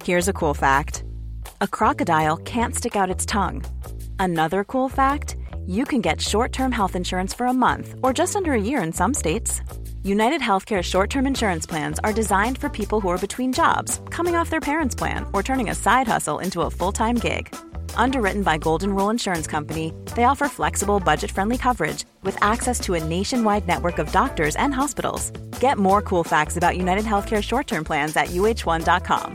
Here's a cool fact. A crocodile can't stick out its tongue. Another cool fact, you can get short-term health insurance for a month or just under a year in some states. United Healthcare short-term insurance plans are designed for people who are between jobs, coming off their parents' plan, or turning a side hustle into a full-time gig. Underwritten by Golden Rule Insurance Company, they offer flexible, budget-friendly coverage with access to a nationwide network of doctors and hospitals. Get more cool facts about United Healthcare short-term plans at uh1.com.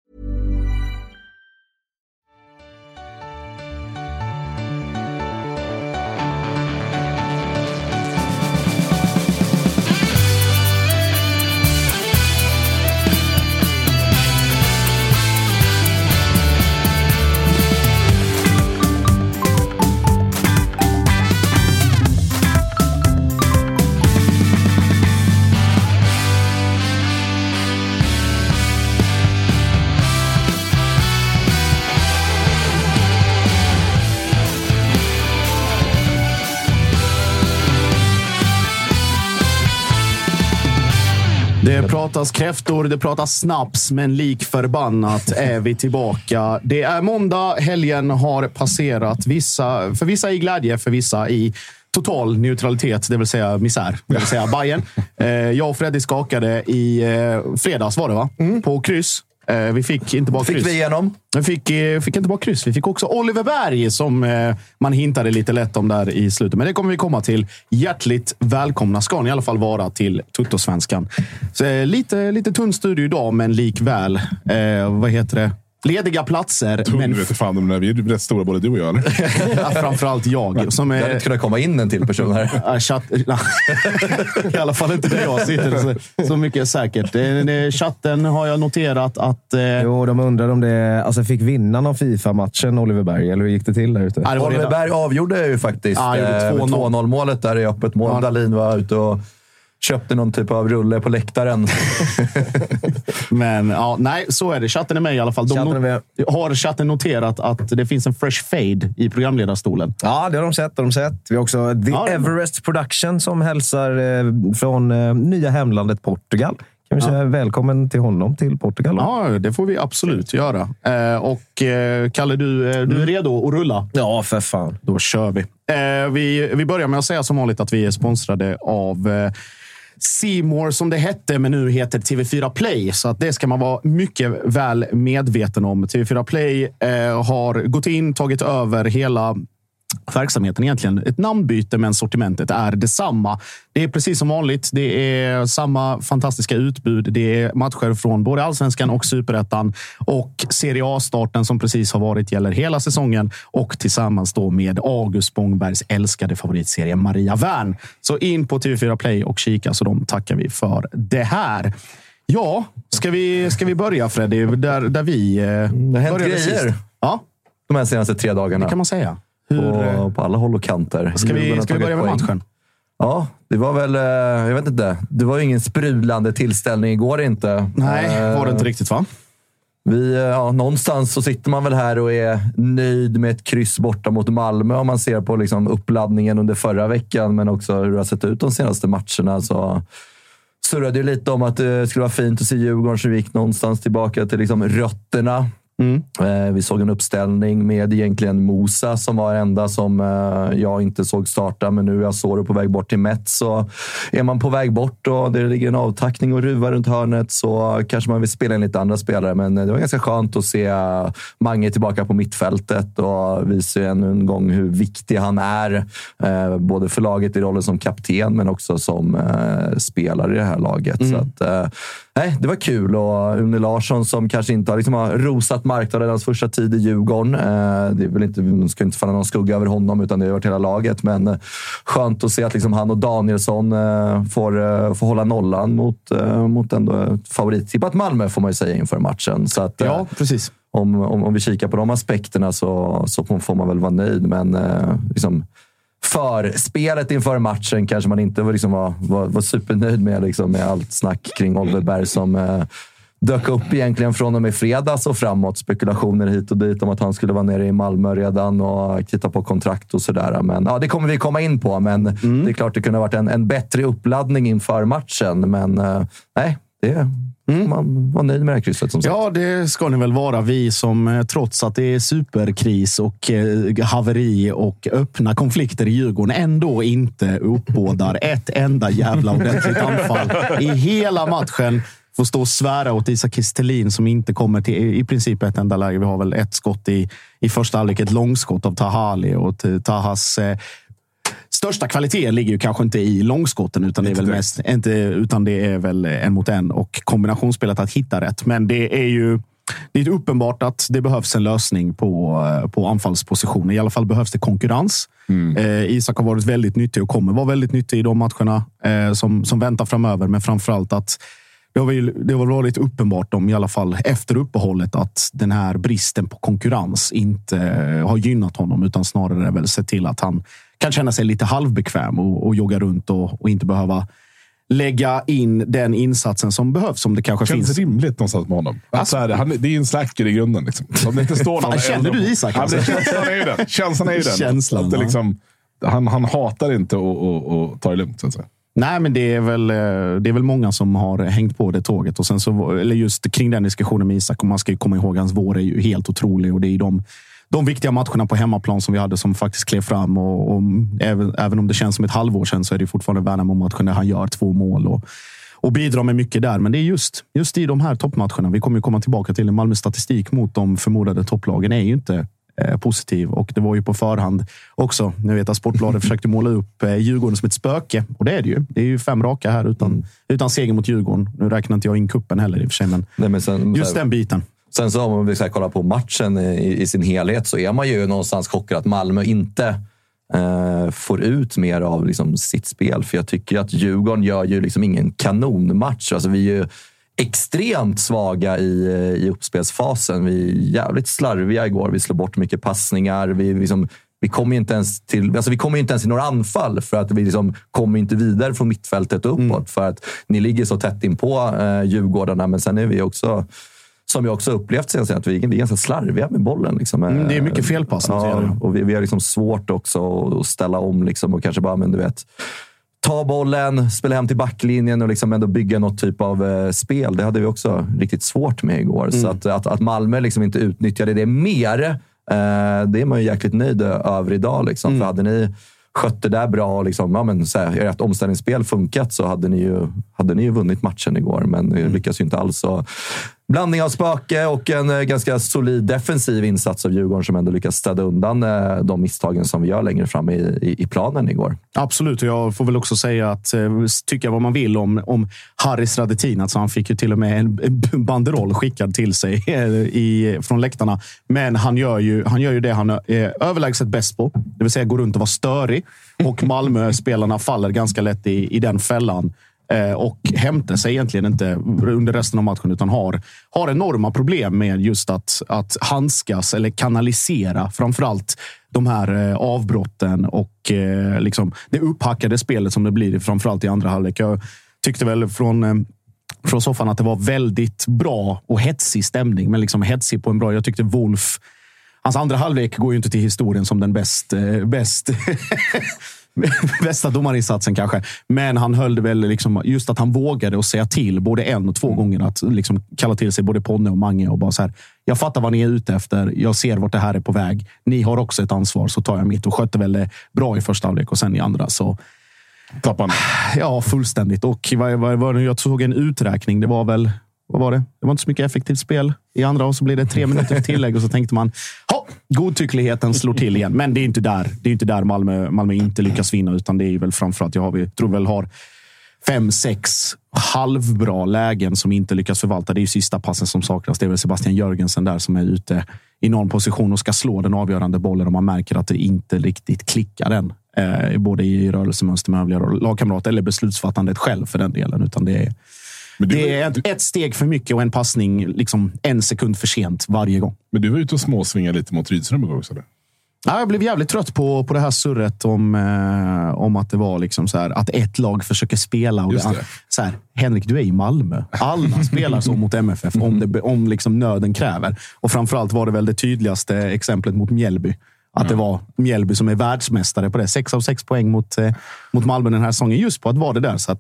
Det pratas kräftor, det pratas snaps, men lik förbannat är vi tillbaka. Det är måndag, helgen har passerat. För vissa i glädje, för vissa i total neutralitet, det vill säga misär, det vill säga Bayern. Jag och Freddy skakade i fredags var det va? På kryss. Vi fick inte bara kryss. Fick vi igenom? Vi fick inte bara kryss. Vi fick också Oliver Berg som man hintade lite lätt om där i slutet. Men det kommer vi komma till. Hjärtligt välkomna ska ni i alla fall vara till Tuttosvenskan. Så, lite tunn studio idag, men likväl. Vad heter det? Lediga platser. Tunn men... vet fan om det. Vi är rätt stora både du och jag. Ja, framförallt jag. Som är... Jag hade inte kunnat komma in en till person här. I alla fall inte där jag sitter. Så mycket är säkert. Chatten har jag noterat att... Jo, de undrar om det... Alltså fick vinnaren av FIFA-matchen Oliver Berg? Eller hur gick det till där ute? Oliver Berg avgjorde ju faktiskt 2-0-målet där i öppet mål. Dahlin var ute och köpte någon typ av rulle på läktaren. Men ja, nej, så är det. Chatten är med i alla fall. Har chatten noterat att det finns en fresh fade i programledarstolen? Ja, det har de sett. Vi har också The Everest Production som hälsar från nya hemlandet Portugal. Kan vi säga välkommen till honom till Portugal? Ja, det får vi absolut göra. Och Kalle, du är redo att rulla? Ja, för fan. Då kör vi. Vi börjar med att säga som vanligt att vi är sponsrade av... C More som det hette, men nu heter TV4 Play. Så att det ska man vara mycket väl medveten om. TV4 Play har gått in, tagit över hela verksamheten egentligen. Ett namnbyte, men sortimentet är detsamma. Det är precis som vanligt. Det är samma fantastiska utbud. Det är matcher från både Allsvenskan och Superettan. Och Serie A-starten som precis har varit gäller hela säsongen. Och tillsammans då med August Spångbergs älskade favoritserie Maria Wern. Så in på TV4 Play och kika, så de tackar vi för det här. Ja, ska vi börja, Freddy? Där vi det har hänt grejer. Sist. Ja. De här senaste 3 dagarna. Det kan man säga. På alla håll och kanter. Ska vi börja med matchen? Ja, det var väl... Jag vet inte. Det var ju ingen sprudlande tillställning igår inte. Nej, var det inte riktigt va? Någonstans så sitter man väl här och är nöjd med ett kryss borta mot Malmö om man ser på liksom uppladdningen under förra veckan, men också hur det har sett ut de senaste matcherna. Så surrade ju lite om att det skulle vara fint att se Djurgården som gick någonstans tillbaka till liksom rötterna. Vi såg en uppställning med egentligen Mosa som var enda som jag inte såg starta, men nu är jag såg på väg bort till Mets, så är man på väg bort och det ligger en avtackning och ruva runt hörnet, så kanske man vill spela in lite andra spelare, men det var ganska skönt att se Mange tillbaka på mittfältet och visa ännu en gång hur viktig han är, både för laget i rollen som kapten men också som spelare i det här laget. Så att det var kul, och Une Larsson som kanske inte har rosat marknaden hans första tid i Djurgården. Det är väl inte, man ska inte falla någon skugga över honom, utan det har varit hela laget, men skönt att se att han och Danielsson får hålla nollan mot ändå favorittippat Malmö, får man ju säga, inför matchen. Så att, ja, precis. Om vi kikar på de aspekterna så får man väl vara nöjd, men för spelet inför matchen kanske man inte var supernöjd med allt snack kring Oliver Berg som dök upp egentligen från och med fredags och framåt. Spekulationer hit och dit om att han skulle vara nere i Malmö redan och titta på kontrakt och sådär. Men ja, det kommer vi komma in på. Men det är klart det kunde ha varit en bättre uppladdning inför matchen. Men nej, det Man var nöjd med det här krysset som sagt. Ja, det ska ni väl vara. Vi som trots att det är superkris och haveri och öppna konflikter i Djurgården ändå inte uppbådar ett enda jävla ordentligt anfall i hela matchen. Får stå och svära åt Isak Kistelin som inte kommer till i princip ett enda läge. Vi har väl ett skott i första halvlek, ett långskott av Tahali och Tahas största kvalitet ligger ju kanske inte i långskotten utan det är väl mest utan det är väl en mot en och kombinationsspelet att hitta rätt. Men det är uppenbart att det behövs en lösning på anfallspositioner. I alla fall behövs det konkurrens. Isak har varit väldigt nyttig och kommer vara väldigt nyttig i de matcherna som väntar framöver. Men framförallt att det har varit uppenbart i alla fall efter uppehållet att den här bristen på konkurrens inte har gynnat honom utan snarare väl sett till att han kan känna sig lite halvbekväm och jogga runt och inte behöva lägga in den insatsen som behövs som det kanske finns. Känns rimligt någonstans med honom. Alltså, det är en slacker i grunden. Liksom. Om det inte står någon känner du Isak? Alltså? Känslan är ju den. Känslan, att det liksom, han hatar inte att ta det lugnt så att säga. Nej, men det är väl många som har hängt på det tåget och sen så, eller just kring den diskussionen med Isak, och man ska ju komma ihåg hans vår är ju helt otrolig och det är de viktiga matcherna på hemmaplan som vi hade som faktiskt klev fram och även om det känns som ett halvår sedan så är det fortfarande Värnamo-matchen där han gör 2 mål och bidrar med mycket där. Men det är just i de här toppmatcherna. Vi kommer ju komma tillbaka till en Malmö statistik mot de förmodade topplagen är ju inte positiv och det var ju på förhand också. Nu vet att Sportbladet försökte måla upp Djurgården som ett spöke och det är det ju. Det är ju 5 raka här utan seger mot Djurgården. Nu räknar inte jag in kuppen heller i och för sig, men sen, just den biten. Sen så om vi ska kolla på matchen i sin helhet så är man ju någonstans chockad att Malmö inte får ut mer av liksom sitt spel. För jag tycker att Djurgården gör ju liksom ingen kanonmatch. Alltså vi är ju extremt svaga i uppspelsfasen. Vi är jävligt slarviga igår. Vi slår bort mycket passningar. Vi kommer inte ens i några anfall för att vi liksom kommer inte vidare från mittfältet uppåt. För att ni ligger så tätt in på Djurgårdarna. Men sen är vi också, som jag också upplevt sen, att vi är ganska slarviga med bollen. Liksom. Det är mycket felpass. Ja, och vi har liksom svårt också att ställa om liksom, och kanske bara, men du vet, ta bollen, spela hem till backlinjen och liksom ändå bygga något typ av spel. Det hade vi också riktigt svårt med igår. Så att Malmö liksom inte utnyttjade det mer, det är man ju jäkligt nöjd över idag. Liksom. För hade ni skött det där bra och liksom, ert omställningsspel funkat så hade ni ju vunnit matchen igår. Men det lyckas ju inte alls. Så blandning av spöke och en ganska solid defensiv insats av Djurgården som ändå lyckas städa undan de misstagen som vi gör längre fram i planen igår. Absolut, och jag får väl också säga att tycka vad man vill om Haris Radettin. Alltså han fick ju till och med en banderoll skickad till sig från läktarna. Men han gör ju det han är överlägset bäst på. Det vill säga gå runt och vara störig. Och Malmö-spelarna faller ganska lätt i den fällan. Och hämtar sig egentligen inte under resten av matchen utan har enorma problem med just att handskas eller kanalisera framförallt de här avbrotten och liksom det upphackade spelet som det blir framförallt i andra halvlek. Jag tyckte väl från soffan att det var väldigt bra och hetsig stämning, men liksom hetsig på en bra. Jag tyckte Wolf, hans andra halvlek går ju inte till historien som den bästa domarinsatsen kanske. Men han höll det väl liksom, just att han vågade att säga till både 1 och 2 gånger att liksom kalla till sig både Ponne och Mange och bara så här, jag fattar vad ni är ute efter, jag ser vart det här är på väg, ni har också ett ansvar, så tar jag mitt, och skötte väl bra i första halvlek och sen i andra så tappade han. Ja, fullständigt. Och jag såg en uträkning, det var väl, vad var det? Det var inte så mycket effektivt spel i andra och så blir det 3 minuter för tillägg och så tänkte man, godtyckligheten slår till igen. Men det är inte där Malmö inte lyckas vinna, utan det är väl framförallt, tror väl har 5-6 halvbra lägen som inte lyckas förvalta. Det är ju sista passen som saknas. Det är väl Sebastian Jörgensen där som är ute i någon position och ska slå den avgörande bollen och man märker att det inte riktigt klickar den. Både i rörelsemönster med övriga lagkamrater eller beslutsfattandet själv för den delen, utan det är ett steg för mycket och en passning liksom 1 sekund för sent varje gång. Men du var ute och småsvinga lite mot Rydström också, eller? Ja, jag blev jävligt trött på det här surret om att det var liksom så här, att ett lag försöker spela. Och så här, Henrik, du är i Malmö. Alla spelar så mot MFF om liksom nöden kräver. Och framförallt var det väl det tydligaste exemplet mot Mjällby. Att det var Mjällby som är världsmästare på det. 6 av 6 poäng mot Malmö den här säsongen. Just på att vara det där. Så att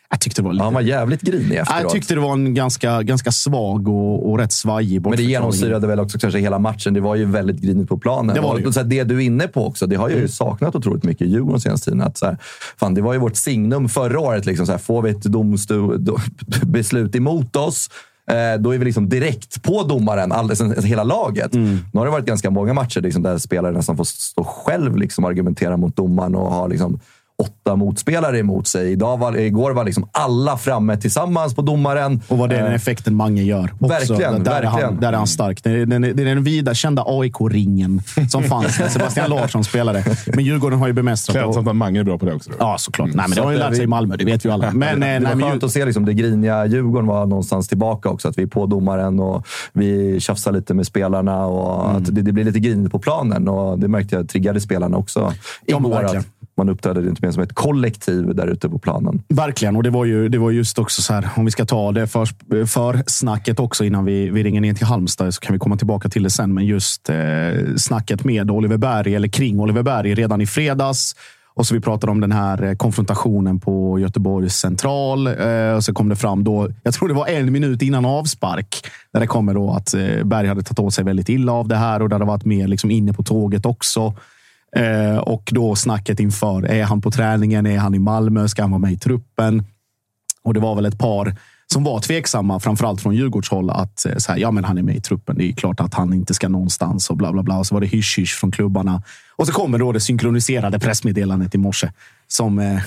Jag tyckte det var lite... Han var jävligt grinig efteråt. Jag tyckte det var en ganska svag och rätt svajig bortförklaring. Men det genomsyrade väl också kanske hela matchen. Det var ju väldigt grinigt på planen. Det var det. Det du är inne på också, det har jag ju saknat otroligt mycket i Djurgården senaste tiden. Att så här, fan, det var ju vårt signum förra året. Liksom, så här, får vi ett beslut emot oss, då är vi liksom direkt på domaren, alldeles, hela laget. Nu har det varit ganska många matcher liksom, där spelare nästan får stå själv liksom, argumentera mot domaren och ha liksom 8 motspelare emot sig. Igår var liksom alla framme tillsammans på domaren. Och vad det är den effekten Mange gör. Också. Verkligen. Där är han stark. Det är den vida kända AIK-ringen som fanns när Sebastian Larsson spelade. Men Djurgården har ju bemästrat. Klädsamt att Mange är bra på det också. Ja, såklart. Nej, men det har ju lärt sig i Malmö, det vet ju alla. Men, det var skönt att se liksom, det griniga Djurgården var någonstans tillbaka också. Att vi är på domaren och vi tjafsar lite med spelarna och att det blir lite grinigt på planen. Och det märkte jag triggade spelarna också igår. Att man uppträdde inte mer som ett kollektiv där ute på planen. Verkligen, och det var just också så här, om vi ska ta det försnacket också innan vi ringer ner till Halmstad, så kan vi komma tillbaka till det sen, men just snacket med Oliver Berg, eller kring Oliver Berg redan i fredags. Och så vi pratade om den här konfrontationen på Göteborgs central. Och så kom det fram då, jag tror det var 1 minut innan avspark, där det kommer då att Berg hade tagit åt sig väldigt illa av det här, och där det varit mer liksom inne på tåget också. Och då snacket inför, är han på träningen, är han i Malmö, ska han vara med i truppen? Och det var väl ett par som var tveksamma, framförallt från Djurgårdshåll, att så här, ja men han är med i truppen, det är klart att han inte ska någonstans och bla bla bla. Och så var det hysch från klubbarna. Och så kommer då det synkroniserade pressmeddelandet i morse som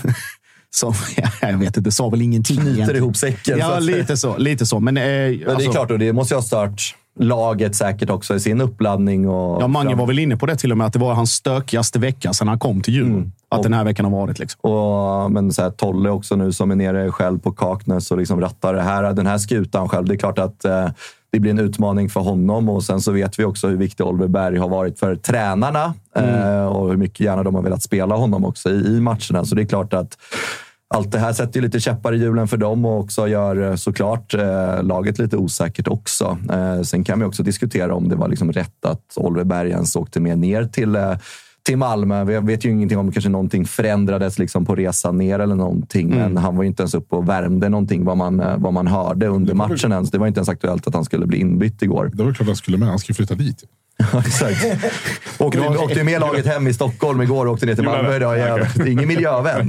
jag vet inte, det sa väl ingenting. Knyter ihop säcken. Ja, lite så. Men, det är klart, och det måste jag ha stört laget säkert också i sin uppladdning. Och Mange var väl inne på det till och med, att det var hans stökigaste vecka sedan han kom till Djurgården. Att den här veckan har varit liksom. Men så här, Tolle också nu som är nere själv på Kaknäs och liksom rattar den här skutan själv. Det är klart att det blir en utmaning för honom, och sen så vet vi också hur viktig Oliver Berg har varit för tränarna och hur mycket gärna de har velat spela honom också i matcherna. Så det är klart att allt det här sätter ju lite käppar i hjulen för dem, och också gör såklart laget lite osäkert också. Sen kan vi också diskutera om det var liksom rätt att Oliver Berg ens åkte med ner till Malmö. Vi vet ju ingenting om kanske någonting förändrades liksom på resan ner eller någonting, men han var ju inte ens uppe och värmde någonting vad man hörde under matchen ens. Det var inte ens aktuellt att han skulle bli inbytt igår. Det var klart att han skulle med. Han skulle flytta dit. Exakt. Åkte med laget hem i Stockholm igår och åkte ner till Malmö idag. Det är ingen miljövän.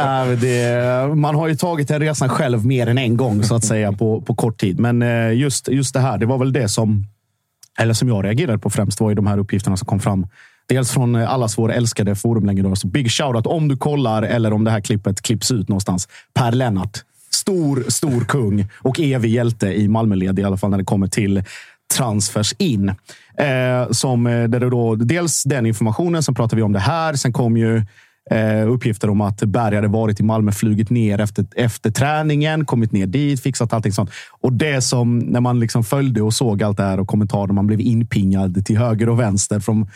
Man har ju tagit den resan själv mer än en gång så att säga på kort tid. Men just det här, det var väl det som jag reagerade på främst, var ju de här uppgifterna som kom fram. Dels från allas vår älskade forumlängder. Så big shoutout om du kollar, eller om det här klippet klipps ut någonstans. Per Lennart. Stor kung och evig hjälte i Malmöled, i alla fall när det kommer till transfers in. Där det då, dels den informationen, som pratar vi om det här. Sen kom ju uppgifter om att Berg hade varit i Malmö, flugit ner efter träningen, kommit ner dit, fixat allting sånt. Och det som, när man liksom följde och såg allt det här och kommentarer, man blev inpingad till höger och vänster från,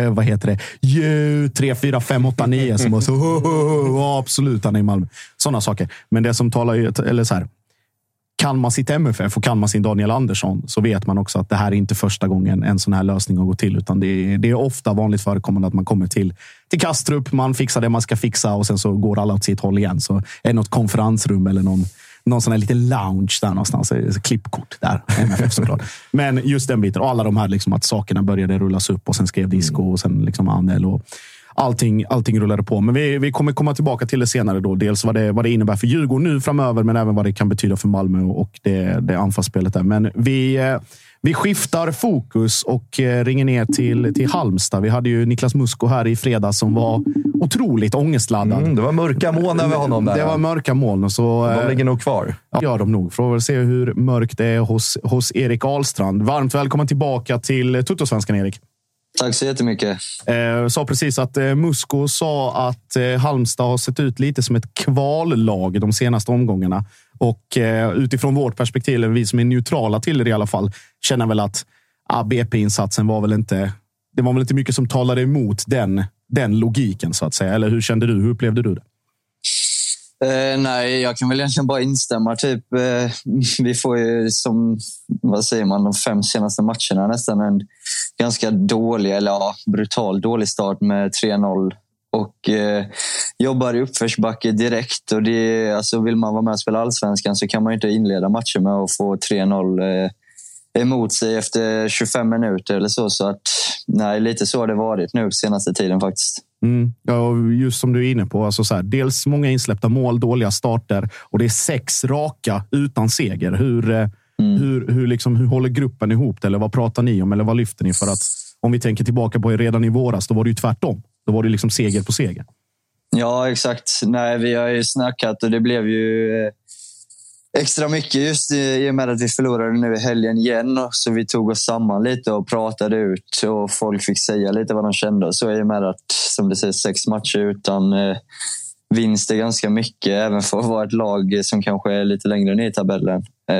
3, 4, 5, 8, 9 som var så, absolut, han är i Malmö. Sådana saker. Men det som talar ju, eller så här, kan man sitt MFF och kan man sin Daniel Andersson, så vet man också att det här är inte första gången en sån här lösning har gått till, utan det är ofta vanligt förekommande att man kommer till Kastrup, man fixar det man ska fixa och sen så går alla åt sitt håll igen. Så är det något konferensrum eller någon sån här liten lounge där någonstans, klippkort där, MFF såklart. Men just den biten och alla de här liksom, att sakerna började rullas upp och sen skrev Disco och sen liksom Anel och allting rullade på. Men vi kommer komma tillbaka till det senare då. Dels vad det innebär för Djurgården nu framöver, men även vad det kan betyda för Malmö och det anfallsspelet där. Men vi skiftar fokus och ringer ner till Halmstad. Vi hade ju Niklas Musko här i fredags som var otroligt ångestladdad. Det var mörka moln över honom där. Det var mörka moln. Så, de ligger nog kvar. Ja, gör de nog. Får väl se hur mörkt det är hos Erik Ahlstrand. Varmt välkommen tillbaka till Tuttosvenskan, Erik. Tack så jättemycket. Sa precis att Musko sa att Halmstad har sett ut lite som ett kvallag de senaste omgångarna. Och utifrån vårt perspektiv, eller vi som är neutrala till det i alla fall, känner väl att BP-insatsen var väl inte mycket som talade emot den logiken så att säga. Eller hur kände du? Hur upplevde du det? Nej, jag kan väl egentligen bara instämma. Vi får ju de 5 senaste matcherna nästan en ganska dålig, eller brutal dålig start med 3-0 och jobbar i uppförsbacke direkt. Och det, alltså, vill man vara med och spela Allsvenskan så kan man inte inleda matchen med att få 3-0 emot sig efter 25 minuter eller så. Så att, nej, lite så har det varit nu senaste tiden faktiskt. Ja, just som du är inne på. Alltså så här, dels många insläppta mål, dåliga starter och det är 6 raka utan seger. Hur håller gruppen ihop det? Eller vad pratar ni om? Eller vad lyfter ni? För att om vi tänker tillbaka på redan i våras, då var det ju tvärtom. Då var det liksom seger på seger. Ja, exakt. Nej, vi har ju snackat och det blev ju extra mycket just i och med att vi förlorade nu i helgen igen. Så vi tog oss samman lite och pratade ut och folk fick säga lite vad de kände. Så i och med att, som du säger, 6 matcher utan vinst är ganska mycket. Även för att vara ett lag som kanske är lite längre ner i tabellen.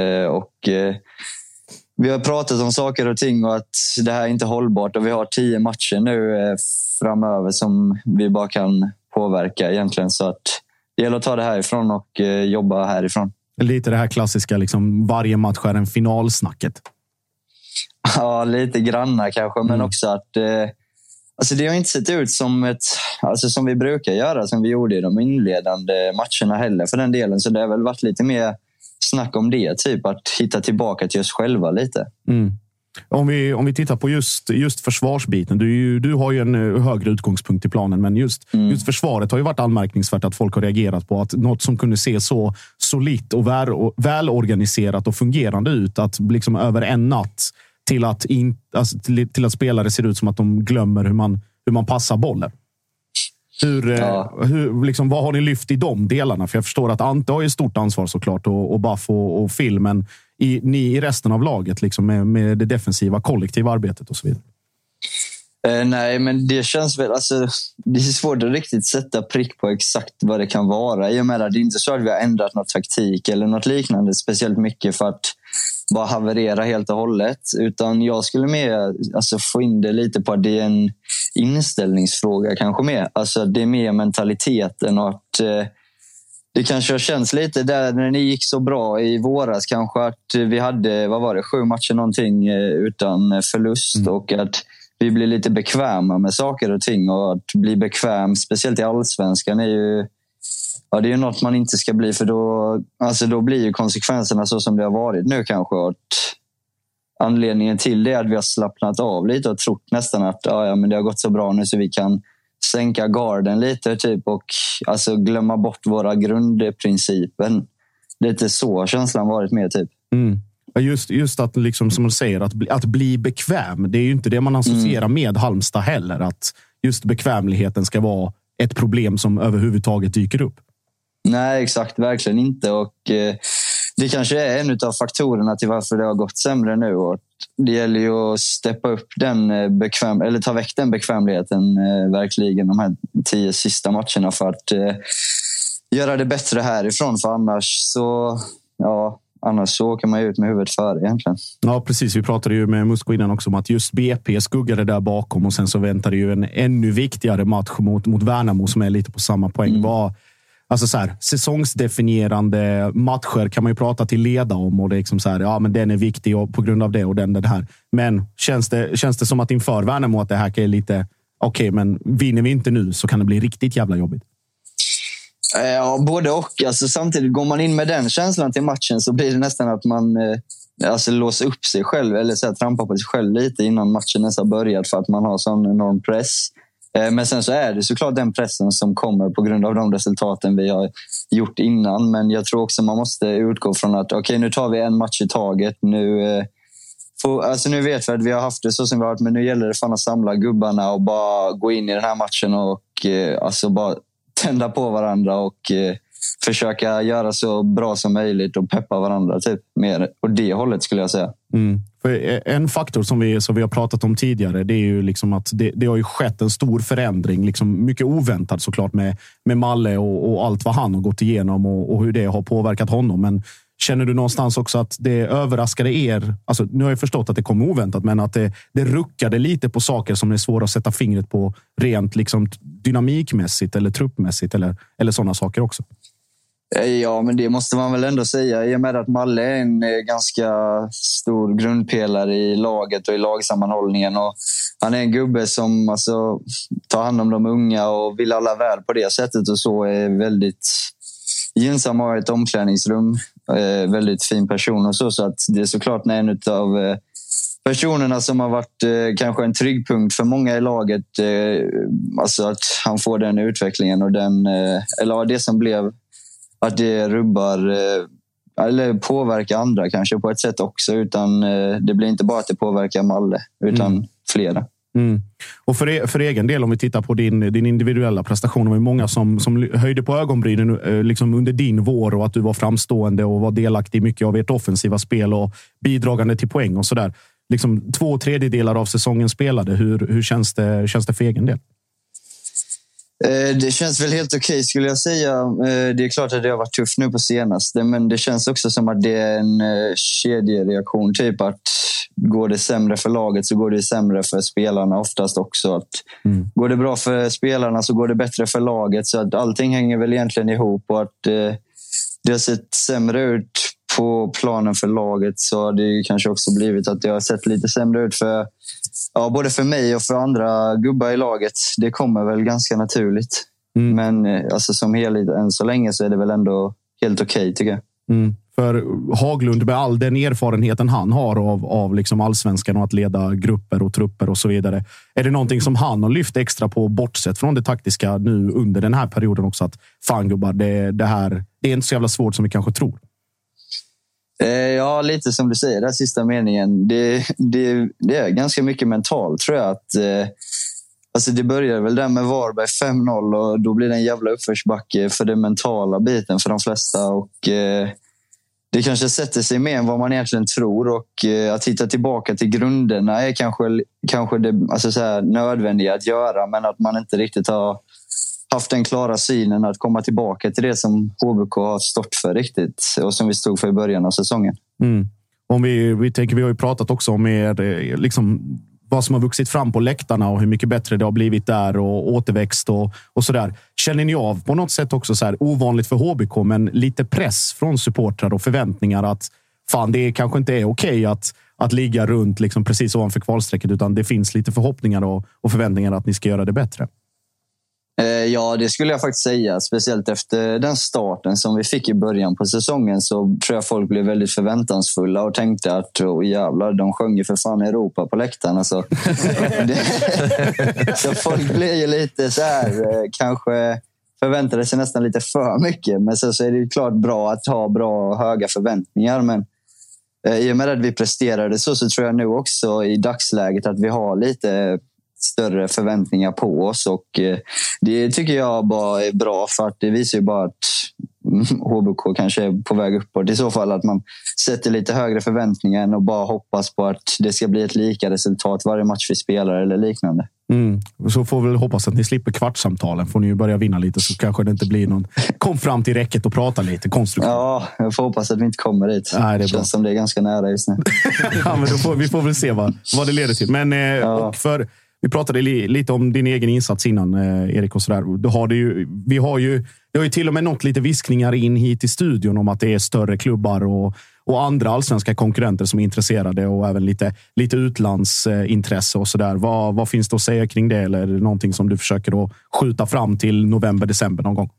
Vi har pratat om saker och ting och att det här är inte hållbart. Och vi har 10 matcher nu framöver som vi bara kan påverka egentligen. Så att det gäller att ta det härifrån och jobba härifrån. Lite det här klassiska, liksom, varje match är en finalsnacket. Ja, lite granna kanske. Men också att alltså det har inte sett ut som som vi brukar göra, som vi gjorde i de inledande matcherna heller för den delen. Så det har väl varit lite mer snack om det, typ att hitta tillbaka till oss själva lite. Om vi tittar på just försvarsbiten. Du har ju en högre utgångspunkt i planen, men just försvaret har ju varit anmärkningsvärt att folk har reagerat på att något som kunde se så solitt och välorganiserat och fungerande ut, att liksom över en natt till att spelare ser ut som att de glömmer hur man passar bollen. Vad har ni lyft i de delarna? För jag förstår att Ante har ju stort ansvar såklart, och Baffo och Phil, men ni i resten av laget liksom med det defensiva kollektiva arbetet och så vidare. Nej, men det känns väl, alltså, det är svårt att riktigt sätta prick på exakt vad det kan vara. I och med att det är inte så att vi har ändrat något taktik eller något liknande speciellt mycket för att bara haverera helt och hållet. Utan jag skulle mer få in det lite på att det är en inställningsfråga kanske mer. Alltså det är mer mentaliteten och att det kanske känns lite där när ni gick så bra i våras kanske att vi hade, 7 matcher någonting utan förlust och att vi blir lite bekväma med saker och ting, och att bli bekväm, speciellt i Allsvenskan, är ju det är ju något man inte ska bli, för då blir ju konsekvenserna så som det har varit nu kanske. Och anledningen till det är att vi har slappnat av lite och trott nästan att men det har gått så bra nu så vi kan sänka garden lite typ, och glömma bort våra grundprinciper. Lite så känslan varit med typ. Just att liksom, som man säger, att bli bekväm, det är ju inte det man associerar med Halmstad heller, att just bekvämligheten ska vara ett problem som överhuvudtaget dyker upp. Nej, exakt, verkligen inte. Och det kanske är en av faktorerna till varför det har gått sämre nu, och det gäller ju att steppa upp den eller ta väck den bekvämligheten verkligen de här 10 sista matcherna för att göra det bättre härifrån, för annars så åker man ut med huvudet före egentligen. Ja, precis. Vi pratade ju med Musko innan också om att just BP skuggade där bakom, och sen så väntade ju en ännu viktigare match mot Värnamo som är lite på samma poäng. Säsongsdefinierande matcher kan man ju prata till leda om, och det är liksom men den är viktig och på grund av det och den här. Men känns det som att inför Värnamo att det här är lite okej, men vinner vi inte nu så kan det bli riktigt jävla jobbigt. Ja, både och. Samtidigt går man in med den känslan till matchen så blir det nästan att man låser upp sig själv eller trampar på sig själv lite innan matchen nästan börjat, för att man har sån enorm press. Men sen så är det såklart den pressen som kommer på grund av de resultaten vi har gjort innan. Men jag tror också man måste utgå från att nu tar vi en match i taget. Nu vet vi att vi har haft det så som vi har haft, men nu gäller det fan att samla gubbarna och bara gå in i den här matchen och bara tända på varandra och försöka göra så bra som möjligt och peppa varandra typ mer. Och det hållet skulle jag säga. För en faktor som vi har pratat om tidigare, det är ju liksom att det har ju skett en stor förändring, liksom mycket oväntat såklart med Malle och allt vad han har gått igenom och hur det har påverkat honom. Men känner du någonstans också att det överraskade er? Nu har jag förstått att det kom oväntat, men att det ruckade lite på saker som är svåra att sätta fingret på rent liksom dynamikmässigt eller truppmässigt eller sådana saker också. Ja, men det måste man väl ändå säga. I och med att Malle är en ganska stor grundpelare i laget och i lagsammanhållningen. Och han är en gubbe som alltså, tar hand om de unga och vill alla väl på det sättet. Och så är väldigt gynnsam att ha ett omklädningsrum. Väldigt fin person och så att det är såklart en av personerna som har varit kanske en tryggpunkt för många i laget. Alltså att han får den utvecklingen och eller det som blev att det rubbar eller påverkar andra kanske på ett sätt också. Utan det blir inte bara att det påverkar Malle utan flera. Mm. Och för egen del, om vi tittar på din individuella prestation, var det många som höjde på ögonbrynen liksom under din vår och att du var framstående och var delaktig i mycket av ert offensiva spel och bidragande till poäng och sådär. Liksom 2/3 av säsongen spelade. Hur känns det för egen del? Det känns väl helt okej skulle jag säga. Det är klart att det har varit tufft nu på senaste, men det känns också som att det är en kedjereaktion. Typ att går det sämre för laget så går det sämre för spelarna oftast också. Att går det bra för spelarna så går det bättre för laget. Så att allting hänger väl egentligen ihop och att det har sett sämre ut på planen för laget så har det kanske också blivit att det har sett lite sämre ut för både för mig och för andra gubbar i laget. Det kommer väl ganska naturligt. Men alltså, som helhet än så länge så är det väl ändå helt okej tycker jag. För Haglund med all den erfarenheten han har av liksom allsvenskan och att leda grupper och trupper och så vidare. Är det någonting som han har lyft extra på bortsett från det taktiska nu under den här perioden också att fan gubbar, det är inte så jävla svårt som vi kanske tror? Ja, lite som du säger, den sista meningen. Det är ganska mycket mentalt tror jag. Att, alltså det börjar väl där med Varberg 5-0 och då blir det en jävla uppförsbacke för den mentala biten för de flesta. Och det kanske sätter sig mer än vad man egentligen tror. Och att hitta tillbaka till grunderna är kanske det alltså så här, nödvändiga att göra. Men att man inte riktigt har haft den klara synen att komma tillbaka till det som HBK har stått för riktigt och som vi stod för i början av säsongen. Om vi tänker, vi har ju pratat också om liksom, vad som har vuxit fram på läktarna och hur mycket bättre det har blivit där och återväxt och sådär. Känner ni av på något sätt också så här ovanligt för HBK men lite press från supportrar och förväntningar att fan det kanske inte är okej att ligga runt liksom precis ovanför kvalsträcket utan det finns lite förhoppningar och förväntningar att ni ska göra det bättre? Ja, det skulle jag faktiskt säga. Speciellt efter den starten som vi fick i början på säsongen så tror jag folk blev väldigt förväntansfulla och tänkte att jävlar, de sjöng ju för fan Europa på läktaren. Alltså. Så folk blev ju lite så här, kanske förväntade sig nästan lite för mycket. Men så är det ju klart bra att ha bra och höga förväntningar. Men i och med att vi presterade så tror jag nu också i dagsläget att vi har lite större förväntningar på oss och det tycker jag bara är bra för att det visar ju bara att HBK kanske är på väg uppåt. I så fall att man sätter lite högre förväntningar än och bara hoppas på att det ska bli ett lika resultat varje match vi spelar eller liknande. Så får vi väl hoppas att ni slipper kvartssamtalen. Får ni ju börja vinna lite så kanske det inte blir någon kom fram till räcket och prata lite konstruktivt. Ja, jag får hoppas att vi inte kommer dit. Nej, det känns som det är ganska nära just nu. Ja, men vi får väl se vad det leder till. Men och för vi pratade lite om din egen insats innan, Erik, och sådär. Det har ju till och med nått lite viskningar in hit i studion om att det är större klubbar och andra allsvenska konkurrenter som är intresserade och även lite utlandsintresse och sådär. Vad finns det att säga kring det? Eller är det någonting som du försöker då skjuta fram till november, december någon gång?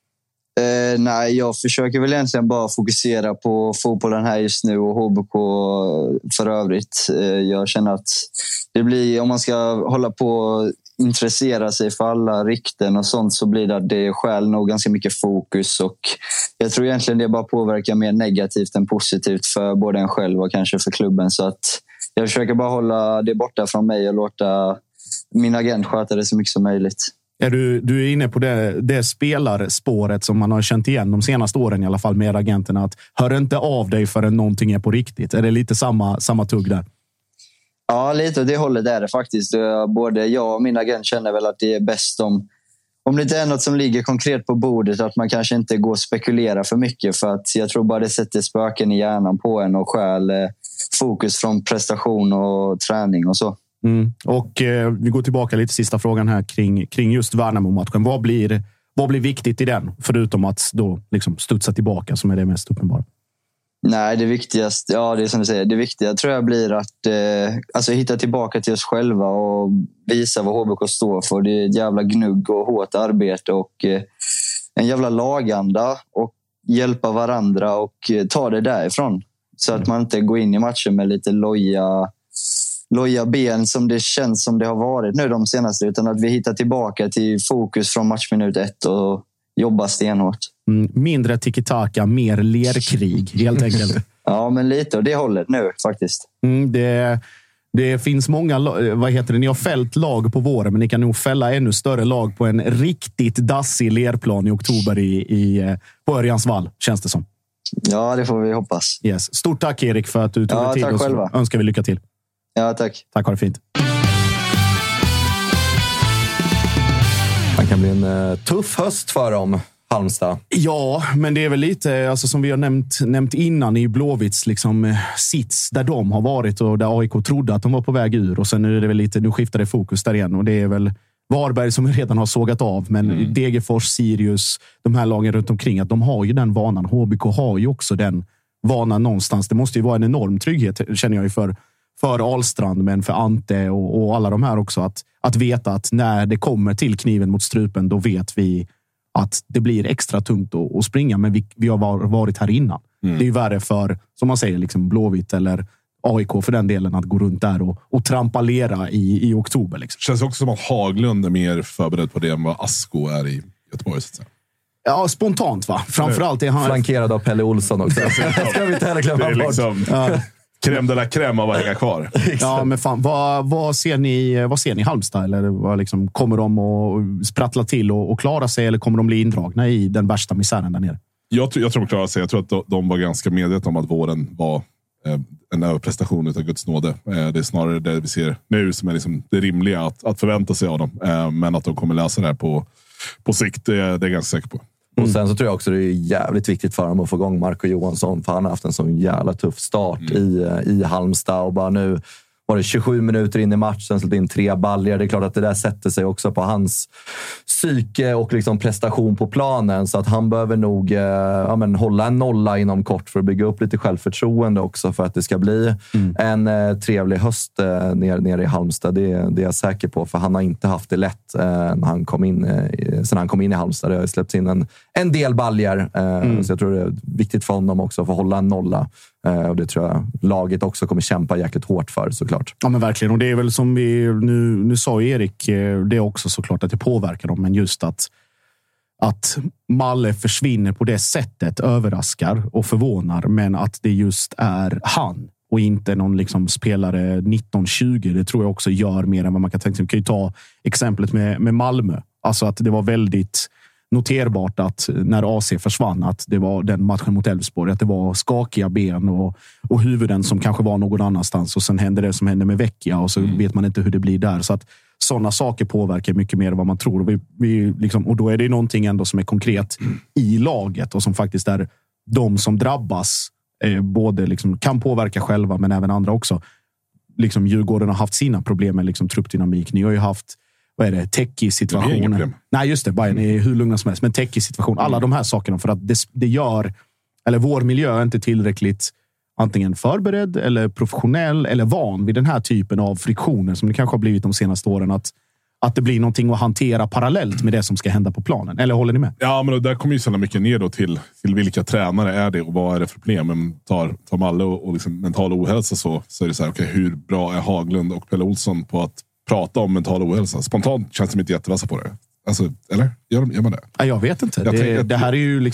Nej, jag försöker väl egentligen bara fokusera på fotbollen här just nu och HBK för övrigt. Jag känner att det blir, om man ska hålla på och intressera sig för alla rykten och sånt så blir det skäl nog ganska mycket fokus och jag tror egentligen det bara påverkar mer negativt än positivt för både en själv och kanske för klubben. Så att jag försöker bara hålla det borta från mig och låta min agent sköta det så mycket som möjligt. Du är inne på det spelarspåret som man har känt igen de senaste åren i alla fall med agenterna, att hör inte av dig förrän någonting är på riktigt. Är det lite samma tugg där? Ja, lite åt det hållet är det faktiskt. Både jag och min agent känner väl att det är bäst om det inte är något som ligger konkret på bordet, att man kanske inte går och spekulerar för mycket, för att jag tror bara det sätter spöken i hjärnan på en och stjäl fokus från prestation och träning och så. Och vi går tillbaka lite sista frågan här kring just Värnamo-matchen. vad blir viktigt i den? Förutom att då liksom studsa tillbaka som är det mest uppenbara. Nej, det viktigaste, ja det är som du säger, det viktiga tror jag blir att hitta tillbaka till oss själva och visa vad HBK står för. Det är ett jävla gnugg och hårt arbete och en jävla laganda och hjälpa varandra och ta det därifrån. Så att man inte går in i matchen med lite loja ben som det känns som det har varit nu de senaste, utan att vi hittar tillbaka till fokus från matchminut 1 och jobbar stenhårt. Mindre tiki-taka, mer lerkrig helt enkelt. Ja, men lite och det hållet nu faktiskt. Det finns många, ni har fällt lag på våren, men ni kan nog fälla ännu större lag på en riktigt dassig lerplan i oktober på Örjansvall, känns det som. Ja, det får vi hoppas. Yes. Stort tack Erik för att du tog dig tid. Tack själva. Önskar vi lycka till. Ja, tack. Tack, ha det fint. Det kan bli en tuff höst för dem, Halmstad. Ja, men det är väl lite som vi har nämnt innan i Blåvitts sits där de har varit och där AIK trodde att de var på väg ur. Och sen nu är det väl nu skiftar det fokus där igen och det är väl Varberg som redan har sågat av, men Degerfors, Sirius, de här lagen runt omkring, att de har ju den vanan. HBK har ju också den vanan någonstans. Det måste ju vara en enorm trygghet, känner jag ju för Ahlstrand, men för Ante och alla de här också. Att veta att när det kommer till kniven mot strupen, då vet vi att det blir extra tungt att springa, men vi har varit här innan. Det är ju värre för, som man säger, Blåvitt eller AIK för den delen, att gå runt där och trampa lera i oktober. Känns också som att Haglund är mer förberedd på det än vad Asko är i Göteborg, så att säga. Ja, spontant va? Framförallt är han... Flankerad av Pelle Olsson också. Ska vi inte heller glömma bort. Crème de la crème av att hänga kvar. Ja, men fan, vad ser ni i Halmstad? Eller kommer de att sprattla till och klara sig, eller kommer de bli indragna i den värsta misären där nere? Jag tror de klarar sig. Jag tror att de var ganska medvetna om att våren var en överprestation utav Guds nåde. Det är snarare det vi ser nu som är det rimliga att förvänta sig av dem. Men att de kommer läsa det här på sikt, det är jag ganska säker på. Och sen så tror jag också det är jävligt viktigt för dem att få igång Marco Johansson, för han har haft en sån jävla tuff start i Halmstad, och bara nu var det 27 minuter in i matchen, släppte in 3 baljor. Det är klart att det där sätter sig också på hans psyke och prestation på planen, så att han behöver nog hålla en nolla inom kort för att bygga upp lite självförtroende också, för att det ska bli en trevlig höst nere i Halmstad. Det är jag säker på, för han har inte haft det lätt när han kom in, sen han kom in i Halmstad. Det har släppts in en del baljor, så jag tror det är viktigt för honom också att få hålla en nolla. Och det tror jag laget också kommer kämpa jäkligt hårt för, såklart. Ja, men verkligen. Och det är väl som vi nu sa Erik, det är också såklart att det påverkar dem, men just att Malle försvinner på det sättet överraskar och förvånar, men att det just är han och inte någon spelare 19-20, det tror jag också gör mer än vad man kan tänka sig. Vi kan ju ta exemplet med Malmö. Alltså att det var väldigt noterbart att när AC försvann, att det var den matchen mot Elfsborg, att det var skakiga ben och huvuden som kanske var någon annanstans, och sen hände det som hände med Vecchia, och så vet man inte hur det blir där. Så att sådana saker påverkar mycket mer än vad man tror. Och då är det någonting ändå som är konkret i laget och som faktiskt är de som drabbas, både kan påverka själva, men även andra också. Djurgården har haft sina problem med truppdynamik. Ni har ju haft Teki-situationen. Nej, just det. Bayern är hur lugna som helst. Men Teki-situation. Alla de här sakerna, för att det gör... Eller vår miljö är inte tillräckligt antingen förberedd eller professionell eller van vid den här typen av friktioner som det kanske har blivit de senaste åren. Att det blir någonting att hantera parallellt med det som ska hända på planen. Eller håller ni med? Ja, men där kommer ju så mycket ner då till vilka tränare är det och vad är det för problem. Men tar Malle och mental ohälsa så är det så här, okej, hur bra är Haglund och Pelle Olsson på att prata om mental ohälsa? Spontant känns de inte jättevassa på det. Alltså, eller? Gör man det? Ja, jag vet inte. Det här är ju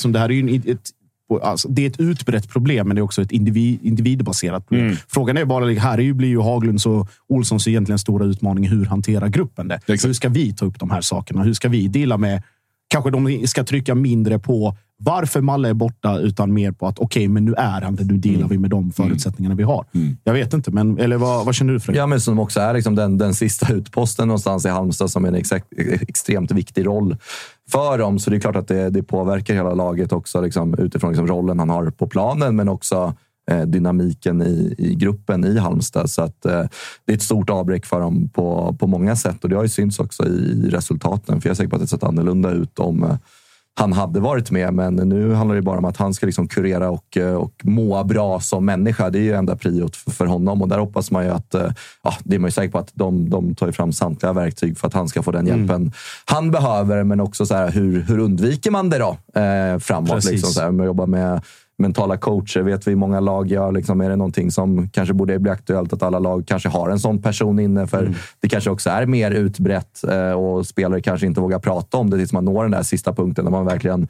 det är ett utbrett problem, men det är också ett individbaserat problem. Frågan är bara, blir ju Haglunds och Olssons egentligen stora utmaning hur hantera gruppen det. Hur ska vi ta upp de här sakerna? Hur ska vi dela med... Kanske de ska trycka mindre på varför Malle är borta, utan mer på att okej, men nu är han det. Nu delar vi med de förutsättningarna vi har. Jag vet inte, men eller vad känner du för det? Ja, men som också är den sista utposten någonstans i Halmstad, som är en extremt viktig roll för dem. Så det är klart att det påverkar hela laget också, utifrån rollen han har på planen, men också dynamiken i gruppen i Halmstad. Så att det är ett stort avbräck för dem på många sätt. Och det har ju synts också i resultaten. För jag är säker på att det sett annorlunda ut om han hade varit med. Men nu handlar det bara om att han ska liksom kurera och må bra som människa. Det är ju enda priot för honom. Och där hoppas man ju att, det är man ju säker på att de tar fram samtliga verktyg för att han ska få den hjälpen han behöver. Men också så här, hur undviker man det då framåt? Liksom, så här, med att jobba med mentala coacher, vet vi många lag gör. Liksom, är det någonting som kanske borde bli aktuellt att alla lag kanske har en sån person inne? För det kanske också är mer utbrett och spelare kanske inte vågar prata om det tills man når den där sista punkten där man verkligen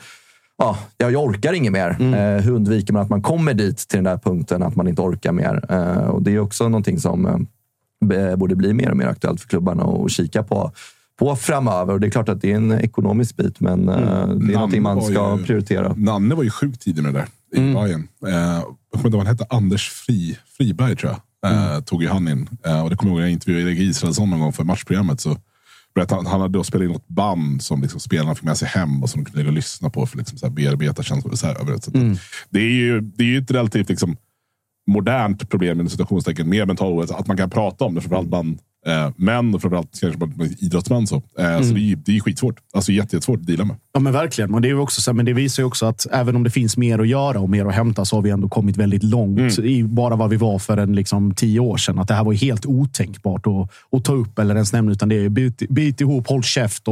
jag orkar inget mer. Hur undviker man att man kommer dit till den där punkten att man inte orkar mer? Och det är också någonting som borde bli mer och mer aktuellt för klubbarna att kika på framöver. Och det är klart att det är en ekonomisk bit, men det är någonting man ska prioritera. Nanne var ju sjukt tidig med det där i Bayern. Jag kommer inte ihåg, han hette Anders Friberg tror jag. Tog ju han in. Och det kommer jag ihåg, jag intervjuade Erik Israelsson någon gång för matchprogrammet, så berättade han hade då spelat in något band som liksom spelarna fick med sig hem och som de kunde lyssna på för liksom så här bearbeta känslor så här överallt. Det är ju ett relativt liksom modernt problem med situationstecken med mental ohälsa, att man kan prata om det, framförallt bland män och framförallt kanske idrottsmän så det är skitsvårt, alltså jättesvårt att deala med. Ja men verkligen, och det är ju också så här, men det visar ju också att även om det finns mer att göra och mer att hämta, så har vi ändå kommit väldigt långt i bara vad vi var för en 10 år sedan, att det här var helt otänkbart att ta upp eller ens nämna, utan det är bit ihop, håll käft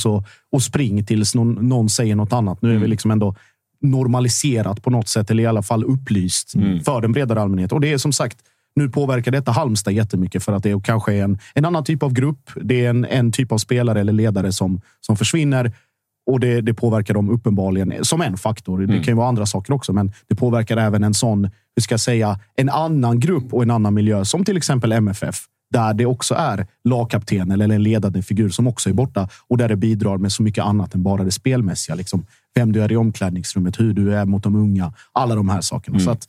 och spring tills någon säger något annat. Nu är vi liksom ändå normaliserat på något sätt, eller i alla fall upplyst för den bredare allmänheten. Och det är som sagt, nu påverkar detta Halmstad jättemycket för att det kanske är en annan typ av grupp. Det är en typ av spelare eller ledare som försvinner, och det påverkar dem uppenbarligen som en faktor. Det kan ju vara andra saker också, men det påverkar även en sån, hur ska jag säga, en annan grupp och en annan miljö, som till exempel MFF, där det också är lagkapten eller en ledande figur som också är borta, och där det bidrar med så mycket annat än bara det spelmässiga. Liksom, vem du är i omklädningsrummet, hur du är mot de unga, alla de här sakerna. Så att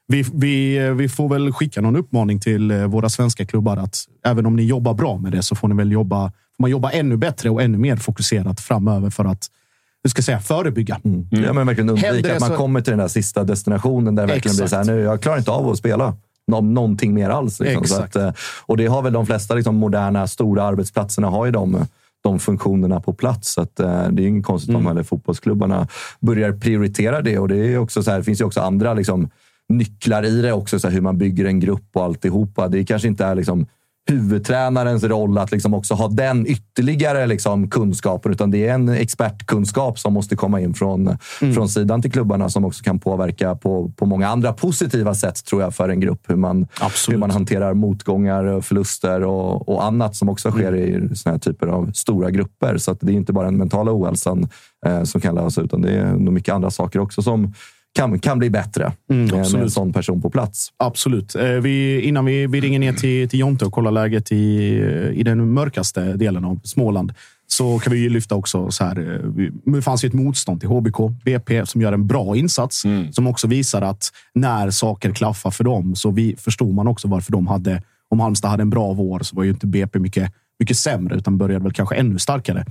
vi får väl skicka någon uppmaning till våra svenska klubbar att även om ni jobbar bra med det, så får ni väl jobba ännu bättre och ännu mer fokuserat framöver för att, hur ska jag säga, förebygga. Ja, men verkligen undvika att man kommer till den där sista destinationen där det verkligen blir så här, nu jag klarar inte av att spela någonting mer alls. Liksom. Så att, och det har väl de flesta liksom, moderna, stora arbetsplatserna har ju de funktionerna på plats. Så att, det är ingen konstigt om eller fotbollsklubbarna börjar prioritera det. Och det är också så här, det finns ju också andra liksom, nycklar i det också, så här, hur man bygger en grupp och alltihopa. Det kanske inte är liksom huvudtränarens roll att liksom också ha den ytterligare liksom kunskapen, utan det är en expertkunskap som måste komma in från sidan till klubbarna, som också kan påverka på många andra positiva sätt, tror jag, för en grupp. Hur man hanterar motgångar, förluster och annat som också sker i såna här typer av stora grupper. Så att det är inte bara en mentala ohälsan som kan lösa, utan det är nog mycket andra saker också som kan bli bättre med en sån person på plats. Absolut. Innan vi ringer ner till Jonte och kollar läget i den mörkaste delen av Småland, så kan vi ju lyfta också så här. Det fanns ju ett motstånd till HBK, BP, som gör en bra insats, som också visar att när saker klaffar för dem, så förstod man också varför de hade, om Halmstad hade en bra vår, så var ju inte BP mycket sämre, utan började väl kanske ännu starkare.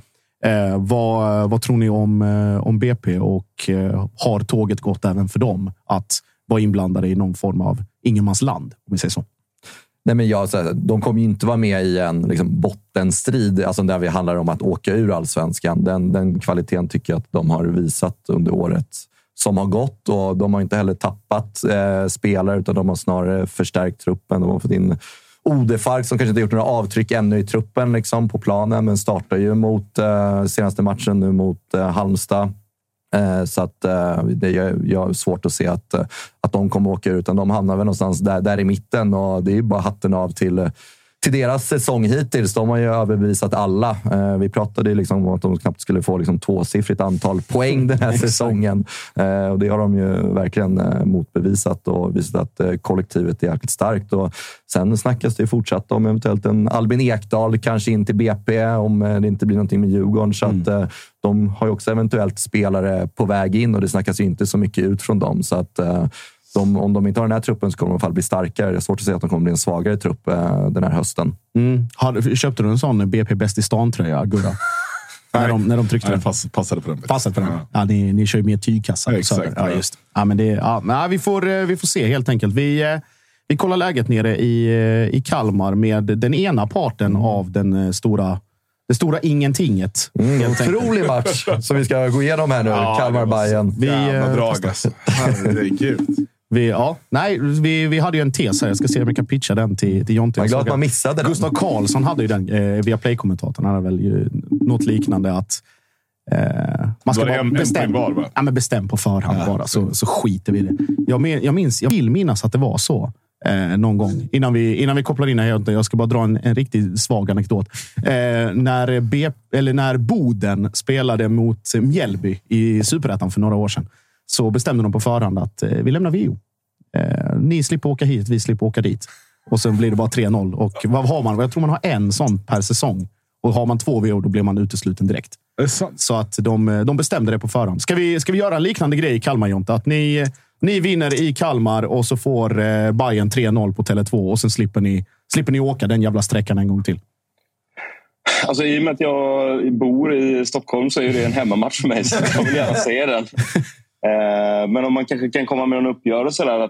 Vad tror ni om BP, och har tåget gått även för dem att vara inblandade i någon form av ingenmansland, om vi säger så? Nej, men de kommer ju inte vara med i en liksom, bottenstrid, alltså där vi handlar om att åka ur allsvenskan. Den kvaliteten tycker jag att de har visat under året som har gått, och de har inte heller tappat spelare, utan de har snarare förstärkt truppen. De har fått in Odefark som kanske inte gjort några avtryck ännu i truppen liksom, på planen, men startar ju mot senaste matchen nu mot Halmstad. Så att jag har svårt att se att de kommer åka ut, utan de hamnar väl någonstans där i mitten, och det är ju bara hatten av till deras säsong hittills. De har ju överbevisat alla. Vi pratade liksom om att de knappt skulle få liksom 2-siffrigt antal poäng den här säsongen. Och det har de ju verkligen motbevisat och visat att kollektivet är jäkligt starkt. Och sen snackas det fortsatt om eventuellt en Albin Ekdal kanske in till BP om det inte blir någonting med Djurgården. Så att de har ju också eventuellt spelare på väg in, och det snackas ju inte så mycket ut från dem. Så att om de inte har den här truppen så kommer de i alla fall bli starkare. Det är svårt att säga att de kommer bli en svagare trupp den här hösten. Köpte du en sån BP bäst i stan-tröja, Gurra? När de tryckte den. Passade på den. Passade på den. Ja, ni kör ju mer tygkassa. Exakt. Ja, just. Ja, men vi får se helt enkelt. Vi kollar läget nere i Kalmar med den ena parten av det stora ingentinget. Otrolig match som vi ska gå igenom här nu. Kalmar-Bayern. Jävla drag alltså. Herregud. Vi hade ju en tes här. Jag ska se om jag kan pitcha den till Jonte. Jag är glad att man missade den. Gustav Karlsson hade ju den via Play-kommentatorn. Han hade väl ju något liknande att man ska vara bestämd på förhand bara. Så skiter vi i det. Jag vill minnas att det var så någon gång. Innan vi kopplar in här. Jag ska bara dra en riktigt svag anekdot. När Boden spelade mot Mjällby i Superettan för några år sedan, så bestämde de på förhand att vi lämnar VO. Ni slipper åka hit, vi slipper åka dit. Och sen blir det bara 3-0. Och vad har man? Jag tror man har en sån per säsong. Och har man 2 VO, då blir man utesluten direkt. Så att de bestämde det på förhand. Ska vi göra en liknande grej i Kalmar, Jonte? Att ni vinner i Kalmar och så får Bayern 3-0 på Tele2 och sen slipper ni åka den jävla sträckan en gång till. Alltså, i och med att jag bor i Stockholm så är det en hemmamatch för mig, så jag vill gärna se den. Men om man kanske kan komma med en uppgörelse där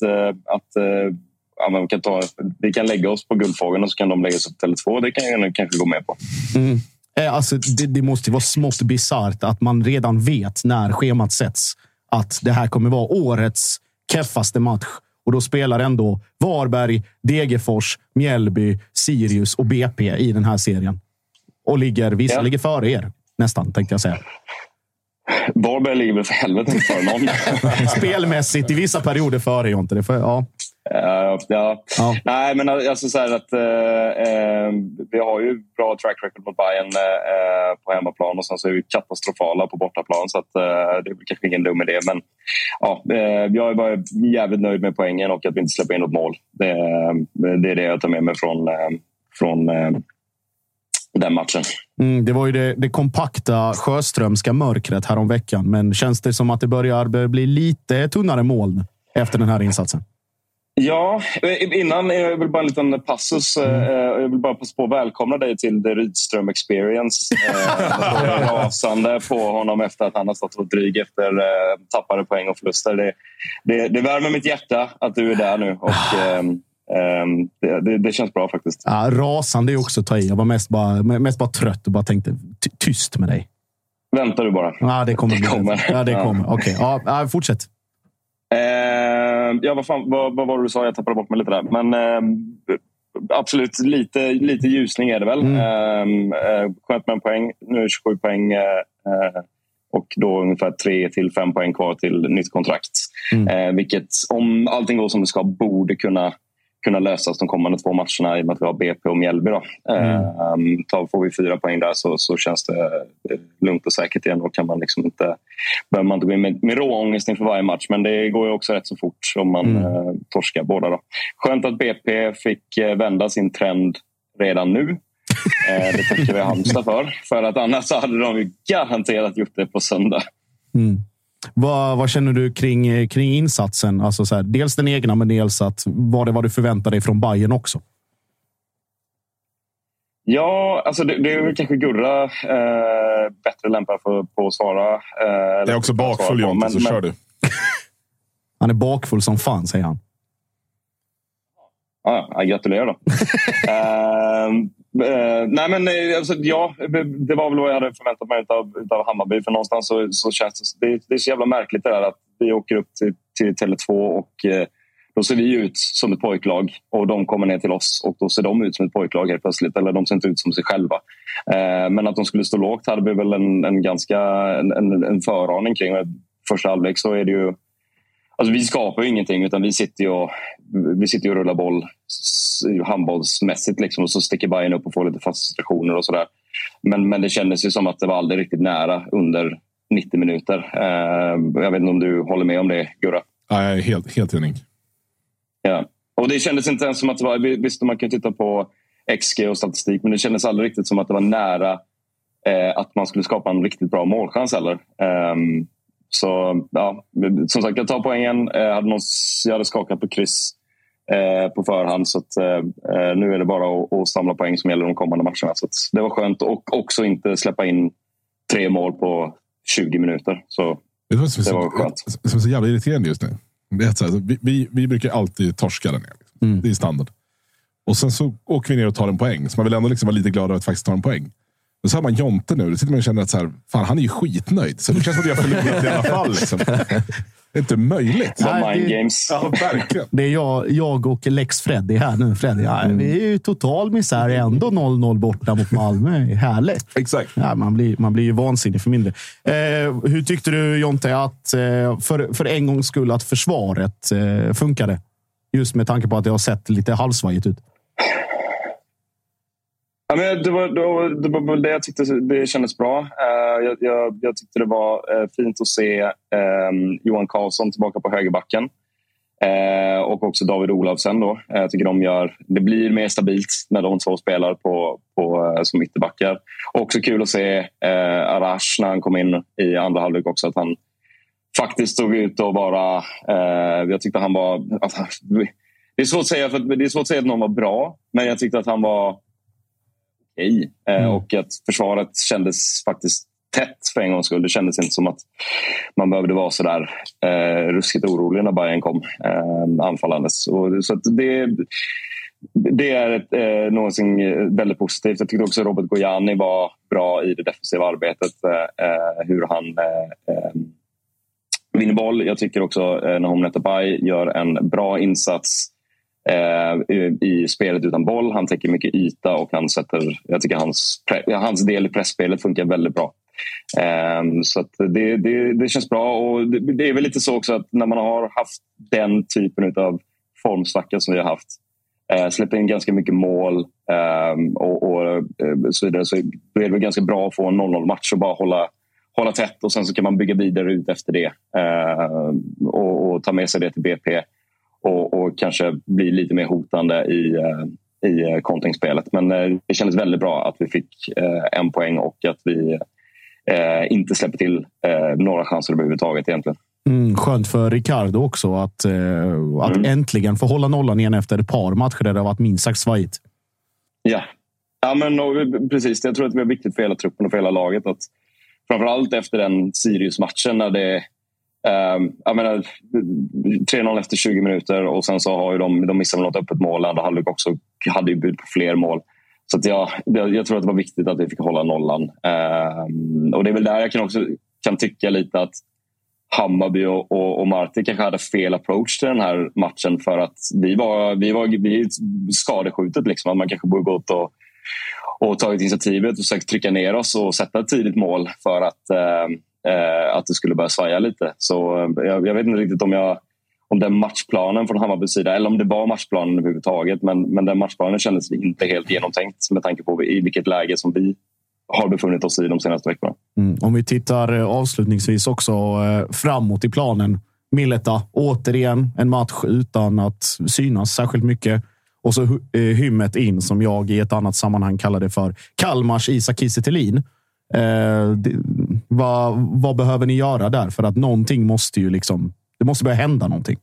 att vi kan lägga oss på Guldfågeln och så kan de lägga sig på Tele2. Det kan jag kanske gå med på. Alltså, det måste vara smått bizarrt att man redan vet när schemat sätts att det här kommer vara årets keffaste match. Och då spelar ändå Varberg, Degerfors, Mjällby, Sirius och BP i den här serien. Och ligger före er. Nästan, tänkte jag säga. Varberg ligger väl för helvete före någon. Spelmässigt i vissa perioder före, jag inte det. Ja. Nej, men alltså så här att vi har ju bra track record mot Bayern på hemmaplan och sen så är vi katastrofala på bortaplan, så att det är kanske ingen dum idé, men jag är bara jävligt nöjd med poängen och att vi inte släpper in något mål. Det är det jag tar med mig från den matchen. Det var ju det kompakta sjöströmska mörkret här om veckan, men känns det som att det börjar bli lite tunnare moln efter den här insatsen? Ja, innan jag vill bara en liten passus. Jag vill bara passa på att välkomna dig till The Rydström Experience. Rasande på honom efter att han har stått och dryg efter tappade poäng och förluster. Det värmer mitt hjärta att du är där nu och det känns bra faktiskt. Ja, rasande är också att ta i. Jag var mest bara trött och bara tänkte tyst med dig. Väntar du bara. Ja, det kommer. Ja, det kommer. Okej. Ja, fortsätt. Vad var det du sa? Jag tappade bort mig lite där. Men absolut, lite ljusning är det väl. Skönt med en poäng. Nu är 27 poäng och då ungefär 3-5 poäng kvar till nytt kontrakt. Vilket, om allting går som det ska, borde kunna lösas de kommande 2 matcherna i och med att vi har BP och Mjällby. Får vi 4 poäng där så känns det lugnt och säkert igen. Och kan man liksom behöver man inte gå in med råångest inför varje match. Men det går ju också rätt så fort om man torskar båda. Då. Skönt att BP fick vända sin trend redan nu. Det tackar vi Halmstad för att annars hade de ju garanterat gjort det på söndag. Vad känner du kring insatsen? Alltså så här, dels den egna, men dels att vad du förväntar dig från Bayern också? Ja, alltså det är väl kanske Gurra bättre lämpad på att svara. Det är också bakfull, Jonte, så kör du. Han är bakfull som fan, säger han. Ja, gratulerar då. Nej, men alltså, det var väl vad jag hade förväntat mig utav Hammarby, för någonstans så känns det är så jävla märkligt det där att vi åker upp till Tele2 och då ser vi ut som ett pojklag och de kommer ner till oss och då ser de ut som ett pojklag helt plötsligt, eller de ser inte ut som sig själva. Men att de skulle stå lågt hade vi väl en föraning kring. Första halvlek så är det ju, alltså vi skapar ju ingenting, utan vi sitter och rullar boll handbollsmässigt liksom, och så sticker Bayern upp och får lite fasta situationer och sådär. Men det kändes ju som att det var aldrig riktigt nära under 90 minuter. Jag vet inte om du håller med om det, Gurra? Ja, jag är helt enig. Ja. Och det kändes inte ens som att det var, visst man kan titta på XG och statistik, men det kändes aldrig riktigt som att det var nära att man skulle skapa en riktigt bra målchans heller. Så ja, som sagt, jag tar poängen. Jag hade skakat på kryss på förhand, så att nu är det bara att samla poäng som gäller de kommande matcherna. Så att det var skönt, och också inte släppa in 3 mål på 20 minuter. Så det var skönt. Som är så jävla irriterande just nu. Det är så här, vi brukar alltid torska den. Det är standard. Och sen så åker vi ner och tar en poäng. Så man vill ändå liksom vara lite glad över att faktiskt ta en poäng. Men så har man Jonte nu. Det sitter man och känner att så här, fan, han är ju skitnöjd. Så det känns som att jag förlorat i alla fall. Liksom. Det är inte möjligt. Mind games. Ja, verkligen. Det är jag och Lex Freddy här nu. Freddy, vi är ju total misär. Ändå 0-0 borta mot Malmö. Härligt. Exakt. Ja, man blir ju vansinnig för mindre. Hur tyckte du, Jonte, att för en gångs skull att försvaret funkade? Just med tanke på att det har sett lite halvsvajigt ut. Ja, men det var det jag tyckte det kändes bra. Jag tyckte det var fint att se Johan Karlsson tillbaka på högerbacken. Och också David Olofsson då. Jag tycker det blir mer stabilt när de två spelar på som ytterbackar. Också kul att se Arash när han kom in i andra halvlek också, att han faktiskt stod ut och bara... jag tyckte han var... det är svårt att säga att någon var bra, men jag tyckte att han var okej. Och att försvaret kändes faktiskt tätt för en gångs skull. Det kändes inte som att man behövde vara så där ruskigt orolig när Bayern kom anfallandes. Så att det är någonting väldigt positivt. Jag tyckte också Robert Gojani var bra i det defensiva arbetet. Hur han vinner boll. Jag tycker också Nahom Netabay gör en bra insats i spelet utan boll. Han täcker mycket yta och jag tycker hans del i pressspelet funkar väldigt bra. Så att det känns bra, och det är väl lite så också att när man har haft den typen av formsvacka som vi har haft, släpper in ganska mycket mål och så vidare, så är det väl ganska bra att få en 0-0-match och bara hålla tätt, och sen så kan man bygga vidare ut efter det och ta med sig det till BP och kanske bli lite mer hotande i kontringsspelet. Men det kändes väldigt bra att vi fick en poäng och att vi inte släpper till några chanser överhuvudtaget egentligen. Skönt för Ricardo också att äntligen få hålla nollan igen efter ett par matcher där det har varit minst sagt svajigt. Ja, men precis. Jag tror att det är viktigt för hela truppen och för hela laget att framförallt efter den Sirius-matchen när det 3-0 efter 20 minuter och sen så har ju de missat något öppet mål. Andra halvlek också hade ju bud på fler mål. Så att jag tror att det var viktigt att vi fick hålla nollan. Och det är väl där jag kan tycka lite att Hammarby och Marti kanske hade fel approach till den här matchen, för att vi var skadeskjutet liksom. Att man kanske borde gått och tagit initiativet och försökt trycka ner oss och sätta ett tidigt mål för att det skulle börja svaja lite. Så jag vet inte riktigt om den matchplanen från Hammarbys sida, eller om det var matchplanen överhuvudtaget, men den matchplanen kändes inte helt genomtänkt med tanke på i vilket läge som vi har befunnit oss i de senaste veckorna. Om vi tittar avslutningsvis också framåt i planen. Milleta, återigen en match utan att synas särskilt mycket. Och så Hymmet in, som jag i ett annat sammanhang kallade för Kalmars Isak Kiese Thelin. Vad behöver ni göra där? För att någonting måste ju det måste börja hända någonting.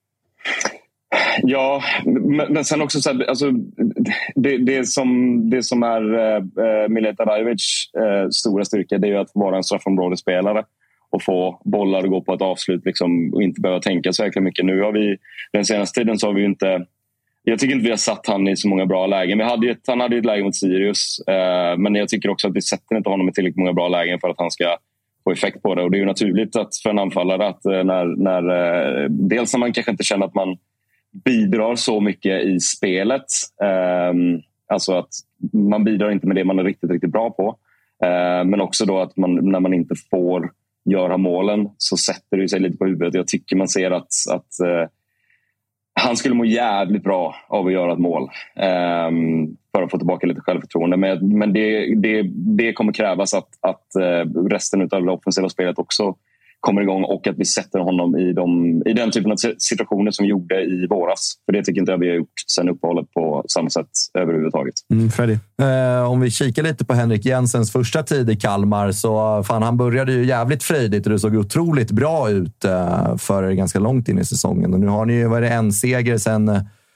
Ja, men sen också så här, alltså, det som är Mileta Rajovic stora styrka, det är ju att vara en straffområdesspelare och få bollar att gå på ett avslut liksom, och inte behöva tänka så jäkla mycket. Nu har vi den senaste tiden så har vi ju inte... Jag tycker inte vi har satt han i så många bra lägen. Han hade ett läge mot Sirius, men jag tycker också att vi sätter inte honom i tillräckligt många bra lägen för att han ska få effekt på det. Och det är ju naturligt att för en anfallare att dels när man kanske inte känner att man bidrar så mycket i spelet, alltså att man bidrar inte med det man är riktigt, riktigt bra på, men också då att när man inte får göra målen så sätter det sig lite på huvudet. Jag tycker man ser att han skulle må jävligt bra av att göra ett mål för att få tillbaka lite självförtroende. Men det kommer krävas att resten av det offensiva spelet också kommer igång och att vi sätter honom i den typen av situationer som vi gjorde i våras. För det tycker inte jag vi har gjort sen uppehållet på samma sätt överhuvudtaget. Freddy. Om vi kikar lite på Henrik Jensens första tid i Kalmar, så han började ju jävligt frejdigt och det såg otroligt bra ut för ganska långt in i säsongen. Och nu har ni ju varit en seger sen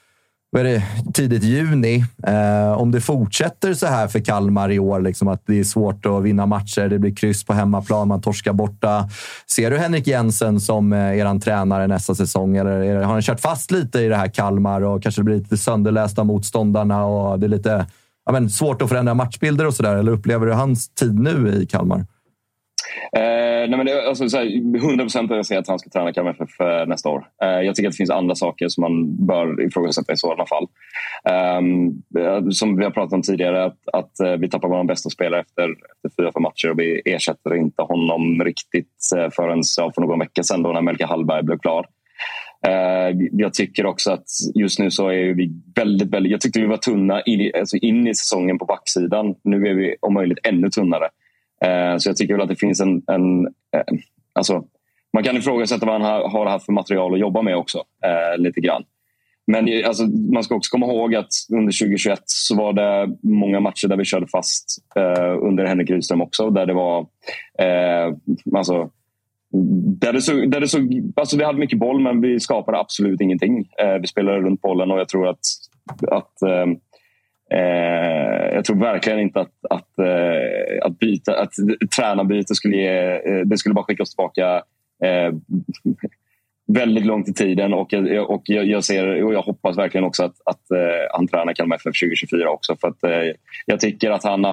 vad är det, tidigt juni. Om det fortsätter så här för Kalmar i år, liksom att det är svårt att vinna matcher, det blir kryss på hemmaplan, man torskar borta. Ser du Henrik Jensen som eran tränare nästa säsong? Eller har han kört fast lite i det här Kalmar och kanske blir lite sönderlästa motståndarna och det är lite svårt att förändra matchbilder och sådär? Eller upplever du hans tid nu i Kalmar? Nej, men det, alltså, 100% jag säger att han ska träna Kalmar för nästa år. Jag tycker att det finns andra saker som man bör ifrågasätta i sådana fall. Som vi har pratat om tidigare, att vi tappar våra bästa spelare efter 4-5 matcher och vi ersätter inte honom riktigt förrän för någon vecka sedan då när Melke Hallberg blev klar. Jag tycker också att just nu så är vi väldigt, väldigt... Jag tyckte vi var tunna in i säsongen på backsidan. Nu är vi om möjligt ännu tunnare. Så jag tycker väl att det finns alltså, man kan ifrågasätta vad han har haft för material att jobba med också, lite grann. Men alltså, man ska också komma ihåg att under 2021 så var det många matcher där vi körde fast under Henrik Rydström också, där det var alltså vi hade mycket boll men vi skapade absolut ingenting. Vi spelade runt bollen och jag tror att jag tror verkligen inte att tränarbyte skulle ge, det skulle bara skicka oss tillbaka väldigt långt i tiden och jag hoppas verkligen också att han tränar Kalmar FF 2024 också, för att jag tycker att han har...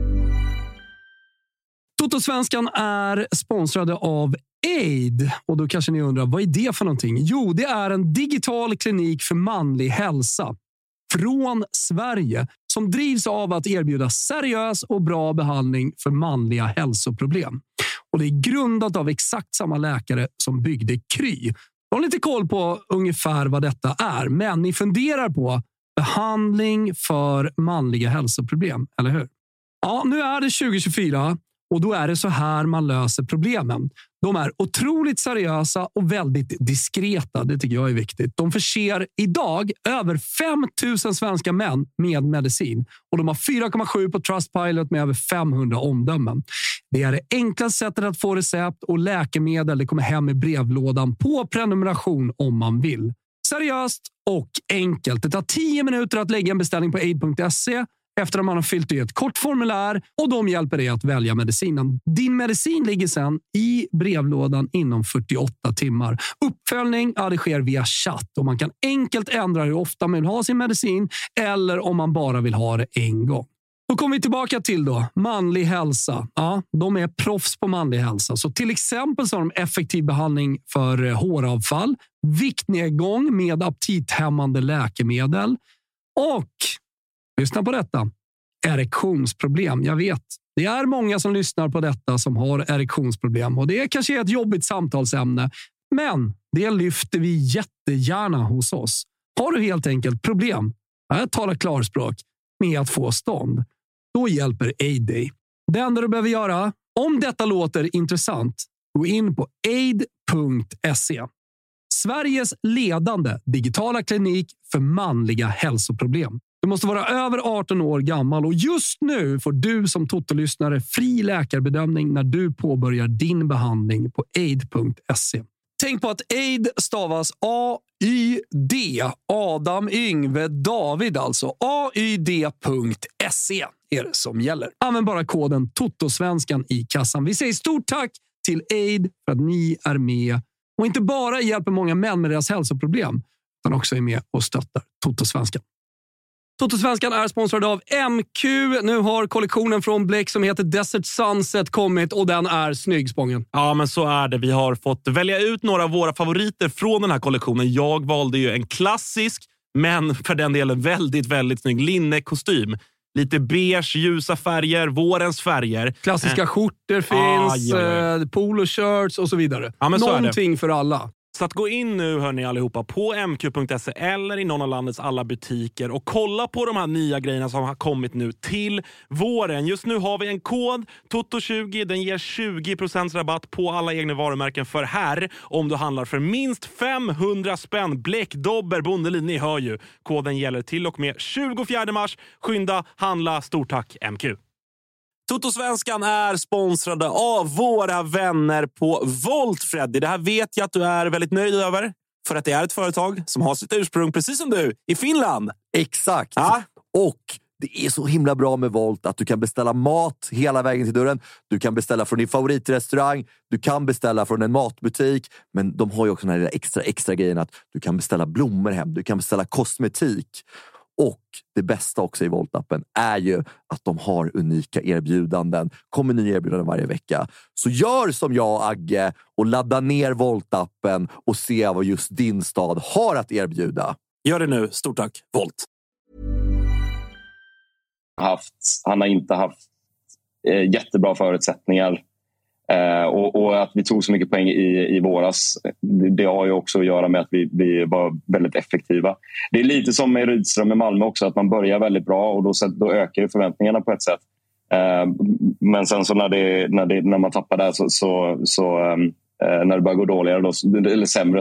Totosvenskan är sponsrade av Aid. Och då kanske ni undrar, vad är det för någonting? Jo, det är en digital klinik för manlig hälsa från Sverige som drivs av att erbjuda seriös och bra behandling för manliga hälsoproblem. Och det är grundat av exakt samma läkare som byggde Kry. Jag har lite koll på ungefär vad detta är, men ni funderar på behandling för manliga hälsoproblem, eller hur? Ja, nu är det 2024 och då är det så här man löser problemen. De är otroligt seriösa och väldigt diskreta. Det tycker jag är viktigt. De förser idag över 5000 svenska män med medicin. Och de har 4,7 på Trustpilot med över 500 omdömen. Det är det enklaste sättet att få recept och läkemedel. Det kommer hem i brevlådan på prenumeration om man vill. Seriöst och enkelt. Det tar 10 minuter att lägga en beställning på aid.se. Efter att man har fyllt i ett kort formulär och de hjälper dig att välja medicinen. Din medicin ligger sedan i brevlådan inom 48 timmar. Uppföljning, det sker via chatt och man kan enkelt ändra hur ofta man vill ha sin medicin eller om man bara vill ha det en gång. Då kommer vi tillbaka till manlig hälsa. Ja, de är proffs på manlig hälsa. Så till exempel så har de effektiv behandling för håravfall, viktnedgång med aptithämmande läkemedel och... lyssna på detta. Erektionsproblem. Jag vet, det är många som lyssnar på detta som har erektionsproblem. Och det kanske är ett jobbigt samtalsämne. Men det lyfter vi jättegärna hos oss. Har du helt enkelt problem, jag talar klarspråk, med att få stånd, då hjälper Aid dig. Det enda du behöver göra, om detta låter intressant, gå in på aid.se. Sveriges ledande digitala klinik för manliga hälsoproblem. Du måste vara över 18 år gammal och just nu får du som Toto-lyssnare fri läkarbedömning när du påbörjar din behandling på aid.se. Tänk på att Aid stavas A-Y-D. Adam, Yngve, David alltså. AYD.se är det som gäller. Använd bara koden Totosvenskan i kassan. Vi säger stort tack till Aid för att ni är med och inte bara hjälper många män med deras hälsoproblem utan också är med och stöttar Totosvenskan. Totosvenskan är sponsrad av MQ. Nu har kollektionen från Bleck som heter Desert Sunset kommit och den är snygg, Spången. Ja, men så är det. Vi har fått välja ut några av våra favoriter från den här kollektionen. Jag valde ju en klassisk, men för den delen väldigt, väldigt snygg linnekostym. Lite beige, ljusa färger, vårens färger. Klassiska skjortor finns, poloshirts och så vidare. Ja, men någonting för alla. Så att gå in nu, hörni allihopa, på mq.se eller i någon av landets alla butiker och kolla på de här nya grejerna som har kommit nu till våren. Just nu har vi en kod, Toto20, den ger 20% rabatt på alla egna varumärken för här om du handlar för minst 500 spänn. Bläckdobber, Bondelin, ni hör ju. Koden gäller till och med 24 mars. Skynda, handla, stort tack MQ. Totosvenskan är sponsrade av våra vänner på Volt, Freddy. Det här vet jag att du är väldigt nöjd över. För att det är ett företag som har sitt ursprung, precis som du, i Finland. Exakt. Ja. Och det är så himla bra med Volt att du kan beställa mat hela vägen till dörren. Du kan beställa från din favoritrestaurang. Du kan beställa från en matbutik. Men de har ju också den här extra grejen att du kan beställa blommor hem. Du kan beställa kosmetik. Och det bästa också i Volt-appen är ju att de har unika erbjudanden. Kommer nya erbjudanden varje vecka. Så gör som jag och Agge och ladda ner Volt-appen och se vad just din stad har att erbjuda. Gör det nu. Stort tack, Volt. Han har inte haft jättebra förutsättningar. Och att vi tog så mycket poäng i våras, det har ju också att göra med att vi var väldigt effektiva. Det är lite som med Rydström i Malmö också, att man börjar väldigt bra och då ökar ju förväntningarna på ett sätt. Men sen så när man tappar där så när det börjar gå dåligare eller sämre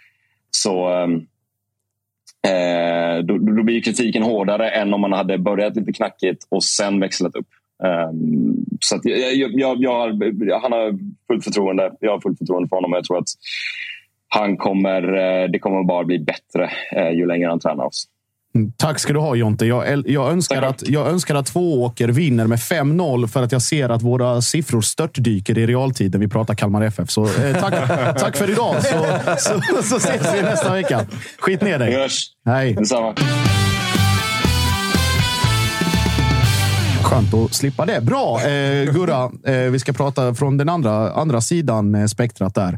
då blir kritiken hårdare än om man hade börjat lite knackigt och sen växlat upp. Så att han har fullt förtroende. Jag har fullt förtroende för honom och jag tror att det kommer bara bli bättre ju längre han tränar oss. Tack ska du ha, Jonte. Jag önskar att Tvååker vinner med 5-0 för att jag ser att våra siffror störtdyker i realtid när vi pratar Kalmar FF. Så tack för idag, så ses vi nästa vecka. Skit ner dig. Vi hörs. Hej. Detsamma. Skönt att slippa det. Bra, Gurra. Vi ska prata från den andra sidan spektrat där.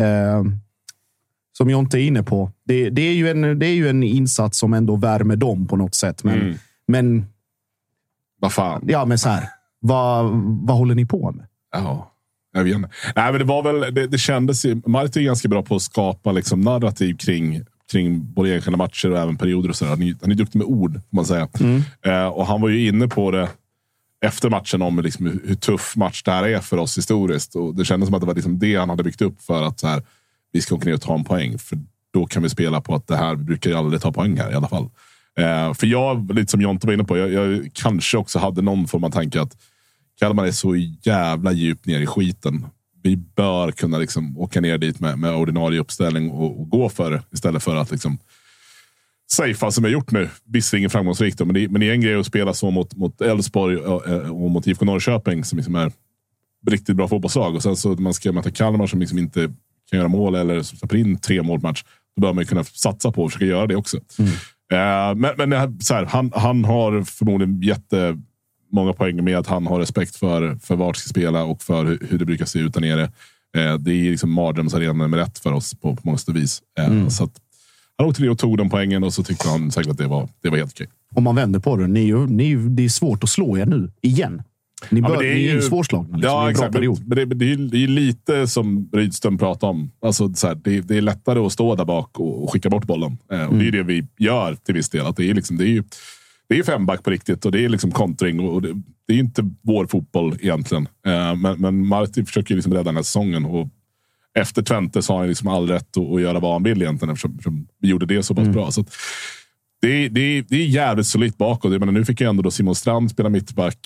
Som jag inte är inne på. Det är ju en insats som ändå värmer dem på något sätt. Men vad fan? Ja, men så här. Vad håller ni på med? Ja, jag vet inte. Nej, men det var väl... Det kändes ju... Martin är ganska bra på att skapa liksom narrativ kring både enskilda matcher och även perioder och sådär. Han är duktig med ord, får man säga. Och han var ju inne på det efter matchen om liksom hur tuff match det här är för oss historiskt. Och det kändes som att det var liksom det han hade byggt upp för att så här, vi ska åka ner och ta en poäng. För då kan vi spela på att det här brukar ju aldrig ta poäng här i alla fall. För jag, lite som Jonte var inne på, jag kanske också hade någon form av tanke att Kalmar är så jävla djupt ner i skiten. Vi bör kunna liksom åka ner dit med ordinarie uppställning och gå för det istället för att liksom safea som jag gjort nu. Visserligen framgångsrikt då, men det är en grej att spela så mot Elfsborg och mot IFK Norrköping som liksom är riktigt bra fotbollslag. Och sen så man ska möta Kalmar som liksom inte kan göra mål eller som släpper in 3 målmatch. Då bör man ju kunna satsa på och försöka göra det också. Men så här, han har förmodligen jättemånga poäng med att han har respekt för vart ska spela och för hur det brukar se ut där nere. Det är liksom mardrömsarena med rätt för oss på många vis. Så att han åkte och tog de poängen och så tyckte han säkert att det var helt okej. Om man vänder på det, det är svårt att slå er nu igen. Ni är ju svårslagna. Liksom, ja, exakt. Men det är lite som Rydström pratar om. Alltså, så här, det är lättare att stå där bak och skicka bort bollen. Och det är det vi gör till viss del. Att det är femback på riktigt och det är liksom kontring. Och det är inte vår fotboll egentligen. Men Martin försöker liksom rädda den här säsongen. Och efter Twente så har han liksom all rätt att göra vad han vill egentligen. Eftersom vi gjorde det så pass bra. Så att, det är jävligt solitt bakåt. Men nu fick ju ändå Simon Strand spela mittback.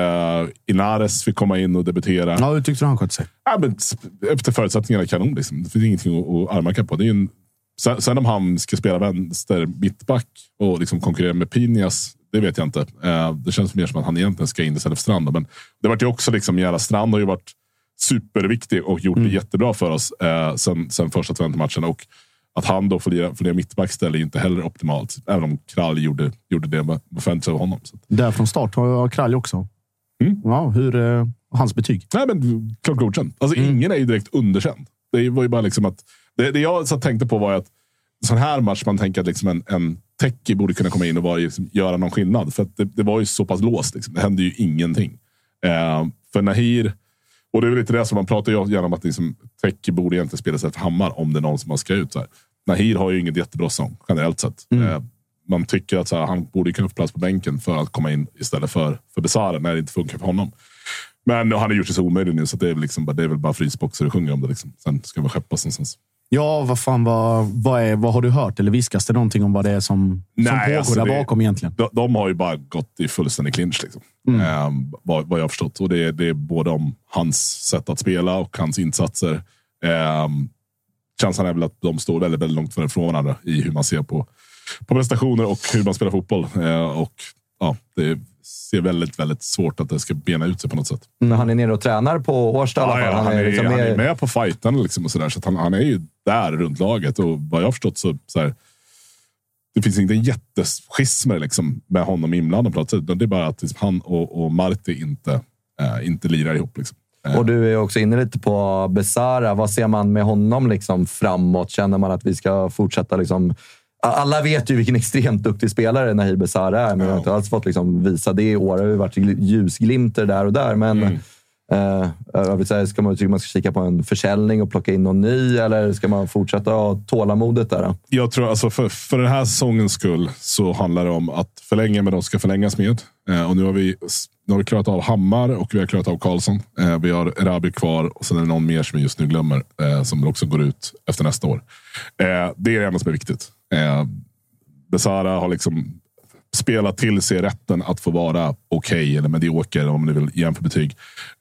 Inares fick komma in och debutera. Ja, hur tyckte du han sköt sig? Ja, men efter förutsättningarna kanon. Liksom. Det finns ingenting att armarka på. Det är sen om han ska spela vänster mittback och liksom konkurrera med Pinias, det vet jag inte. Det känns mer som att han egentligen ska in istället för Strand. Men det var ju också liksom, jävla Strand har ju varit superviktig och gjort det jättebra för oss sen första Twente-matchen. Och att han då får det mittbackställe är inte heller optimalt. Även om Kralj gjorde det med Fentra och honom. Så. Där från start har Kralj också. Ja, hur hans betyg? Nej, men klart godkänd. Alltså ingen är ju direkt underkänd. Det var ju bara liksom att... Det jag så tänkte på var att sån här match man tänker att liksom en techie borde kunna komma in och liksom göra någon skillnad. För att det var ju så pass låst. Liksom. Det hände ju ingenting. För Nahir... Och det är väl lite det som man pratar ju gärna om att liksom, techie borde egentligen spela sig för Hammar om det är någon som man ska ut. Så här. Nahir har ju inget jättebra sång generellt sett. Man tycker att så här, han borde kunna få plats på bänken för att komma in istället för Besara när det inte funkar för honom. Men han har gjort det så omöjligt nu så det är väl bara frysboxer och sjunger om det. Liksom. Sen ska vi skeppas någonstans. Ja, vad fan, vad har du hört? Eller viskas det någonting om vad det är som pågår alltså där bakom egentligen? De har ju bara gått i fullständig clinch liksom. Vad jag har förstått. Och det är både om hans sätt att spela och hans insatser. känslan är väl att de står väldigt, väldigt långt från varandra i hur man ser på prestationer och hur man spelar fotboll. Och ja, det ser väldigt, väldigt svårt att det ska bena ut sig på något sätt. Han är nere och tränar på Årsta i alla fall. Han är med på fighten liksom och sådär. Så att han är ju där runt laget. Och vad jag har förstått så här, det finns inte en jätteschismer liksom med honom inblandad på något sätt. Det är bara att liksom, han och Marti inte lirar ihop liksom. Och du är också inne lite på Besara. Vad ser man med honom liksom framåt? Känner man att vi ska fortsätta liksom... Alla vet ju vilken extremt duktig spelare Nahir Besara är, men jag har inte alls fått liksom visa det i år. Det har ju varit ljusglimter där och där, men jag vill säga, ska man ska kika på en försäljning och plocka in någon ny, eller ska man fortsätta ha tålamodet där? Jag tror alltså för den här säsongens skull så handlar det om att förlänga med de ska förlängas med. Och nu har vi klarat av Hammar och vi har klarat av Karlsson. Vi har Erabi kvar och sen är det någon mer som vi just nu glömmer som också går ut efter nästa år. Det är det enda som är viktigt. Besara har liksom spelat till sig rätten att få vara okej eller medioker, om ni vill jämföra betyg,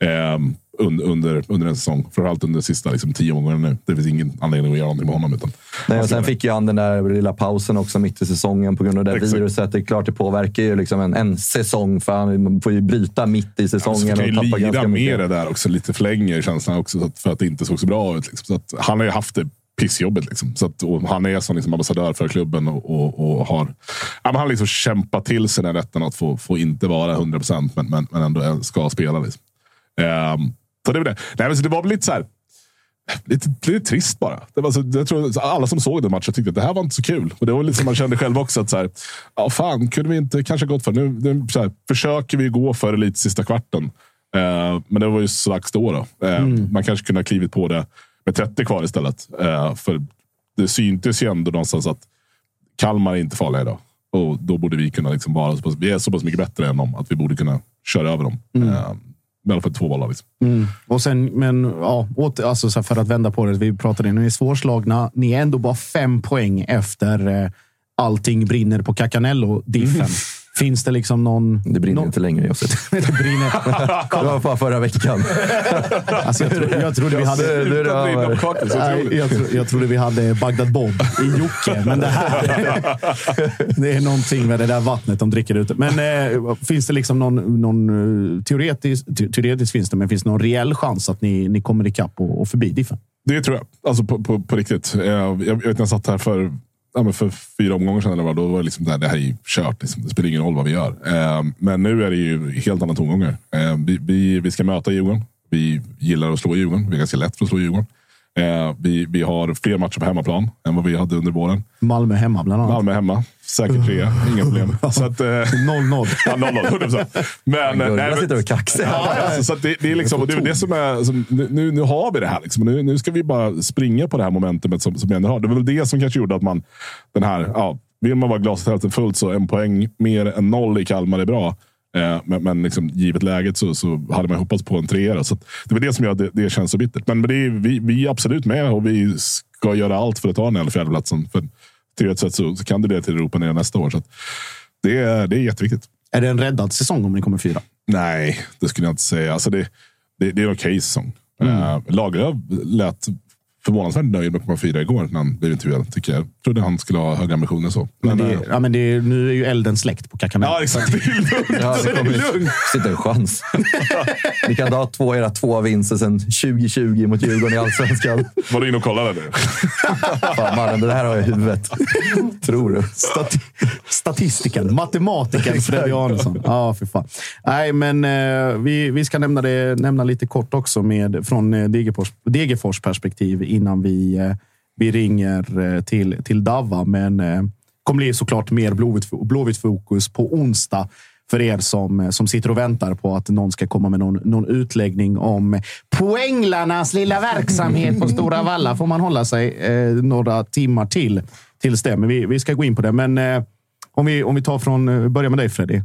under en säsong. Framförallt under de sista 10 gångerna nu. Det finns ingen anledning att göra någonting med honom. Utan nej, och sen fick ju han den där lilla pausen också mitt i säsongen på grund av det viruset. Det är klart, det påverkar ju liksom en säsong, för han får ju bryta mitt i säsongen. Ja, och tappa ganska mycket. Med det där också, lite för länge känslan också, för att det inte såg så bra ut. Liksom. Så att han har ju haft det pissjobbet liksom. Så att, och han är som ambassadör för klubben och har han liksom kämpat till sig den rätten att få inte vara 100% men ändå ska spela liksom. Så det var det. Nej, men så det var väl lite så här lite trist bara. Det var så, jag tror alla som såg den matchen tyckte att det här var inte så kul. Och det var lite som man kände själv också att så här, ja fan, kunde vi inte kanske gått för nu så här, försöker vi gå för lite sista kvarten. Men det var ju så dags då. Man kanske kunde ha klivit på det med 30 kvar istället. För det syntes ju ändå någonstans att Kalmar är inte farliga idag. Och då borde vi kunna liksom vara vi är så pass mycket bättre än dem att vi borde kunna köra över dem. I alla fall 2 bollar liksom. Och sen, men ja, alltså så för att vända på det, vi pratade nu, ni är svårslagna, ni är ändå bara 5 poäng efter allting brinner på Cacanello-diffen. Finns det liksom någon... Det brinner inte längre, Josef. Det brinner. Det var bara förra veckan. Alltså jag trodde vi hade... Jag trodde vi hade Bagdad Bob i Jocke. Men det här... Det är någonting med det där vattnet de dricker ute. Men finns det liksom någon teoretiskt finns det, men finns det någon reell chans att ni kommer ikapp och förbi diffen? Det tror jag. Alltså på riktigt. Jag vet, jag satt här för 4 omgångar sedan eller vad, då var det liksom det här är ju kört liksom. Det spelar ingen roll vad vi gör. Men nu är det ju helt andra tongångar. Vi ska möta Djurgården. Vi gillar att slå Djurgården. Vi är ganska lätt för att slå Djurgården. Vi har fler matcher på hemmaplan än vad vi hade under våren. Malmö hemma bland annat. Malmö hemma. Säkert 3. Inga problem. Så att 0-0. Ja, 0-0. 100%. Men jag sitter och kaxar. Ja, så att det är liksom, och det är det som är som, nu har vi det här liksom. Nu ska vi bara springa på det här momentumet som vi ändå har. Det var väl det som kanske gjorde att man den här, vill man vara glaset hälften fullt så 1 poäng mer än 0 i Kalmar är bra. Men liksom, givet läget så hade man hoppats på en 3. Så det var det som gör det känns så bittert. Men det är, vi är absolut med och vi ska göra allt för att ta den här 4:e platsen. För teoretiskt sett så kan det till Europa ner nästa år. Så att det är jätteviktigt. Är det en räddad säsong om ni kommer 4? Nej, det skulle jag inte säga. Alltså det är en okej säsong. Lagerlöf lät förvånansvärt nöjd med att komma 4 igår när han blev intervjuad, tycker jag. Trodde han skulle ha höga ambitioner så. Men nu är ju elden släckt på Kakamel. Ja, exakt. Det är lugnt. Ja, det kommer sitta en chans. Ni kan ha era 2 vinster sedan 2020 mot Djurgården i Allsvenskan. Var du in och kollade nu? Fan, mannen, det här har jag i huvudet. Tror du? Statistiken, matematikern Fredrik Arnesson. Ja, för fan. Nej, men vi ska nämna lite kort också från Degerfors perspektiv innan vi ringer till Dava, men kommer bli såklart mer blåvitt fokus på onsdag för er som sitter och väntar på att någon ska komma med någon utläggning om poänglarnas lilla verksamhet på Stora Valla. Får man hålla sig några timmar tills det, men vi ska gå in på det. Men om vi tar börjar med dig, Freddy.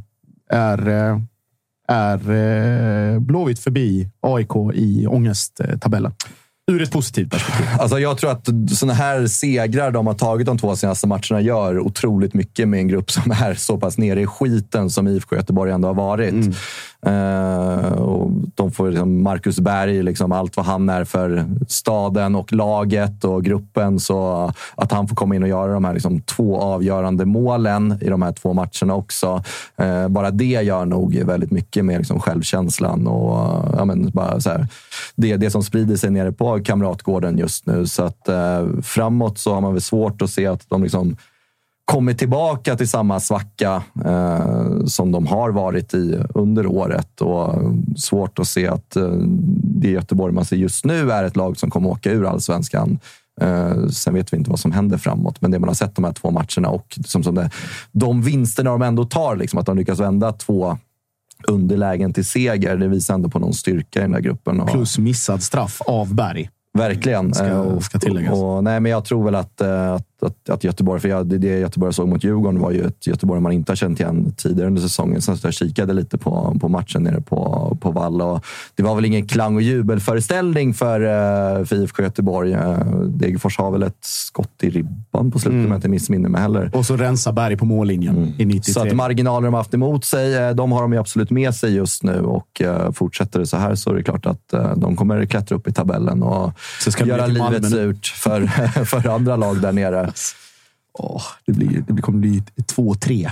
Är Blåvitt förbi AIK i ångesttabellen? Ur ett positivt perspektiv. Alltså jag tror att såna här segrar de har tagit de 2 senaste matcherna gör otroligt mycket med en grupp som är så pass nere i skiten som IFK Göteborg ändå har varit. Och får liksom Marcus Berg, liksom allt vad han är för staden och laget och gruppen, så att han får komma in och göra de här liksom 2 avgörande målen i de här 2 matcherna också. Bara det gör nog väldigt mycket med liksom självkänslan och bara så här, det som sprider sig nere på Kamratgården just nu. Så att framåt så har man väl svårt att se att de liksom kommer tillbaka till samma svacka som de har varit i under året, och svårt att se att det Göteborg man ser just nu är ett lag som kommer åka ur Allsvenskan. Sen vet vi inte vad som händer framåt, men det man har sett de här 2 matcherna och de vinsterna de ändå tar, liksom, att de lyckas vända 2 underlägen till seger, det visar ändå på någon styrka i den här gruppen. Plus missad straff av Berg. Verkligen. Ska tilläggas. Nej, men jag tror väl att Göteborg, för det Göteborg såg mot Djurgården var ju ett Göteborg man inte har känt igen tidigare under säsongen. Så jag kikade lite på matchen nere på Valla, och det var väl ingen klang- och jubelföreställning för IFK Göteborg. Degerfors har väl ett skott i ribban på slutet, men inte missminner mig heller. Och så rensa Berg på mållinjen i 93. Så att marginaler de har haft emot sig, de har de ju absolut med sig just nu, och fortsätter det så här så är det klart att de kommer klättra upp i tabellen och göra livet surt för andra lag där nere. Det kommer bli 2-3.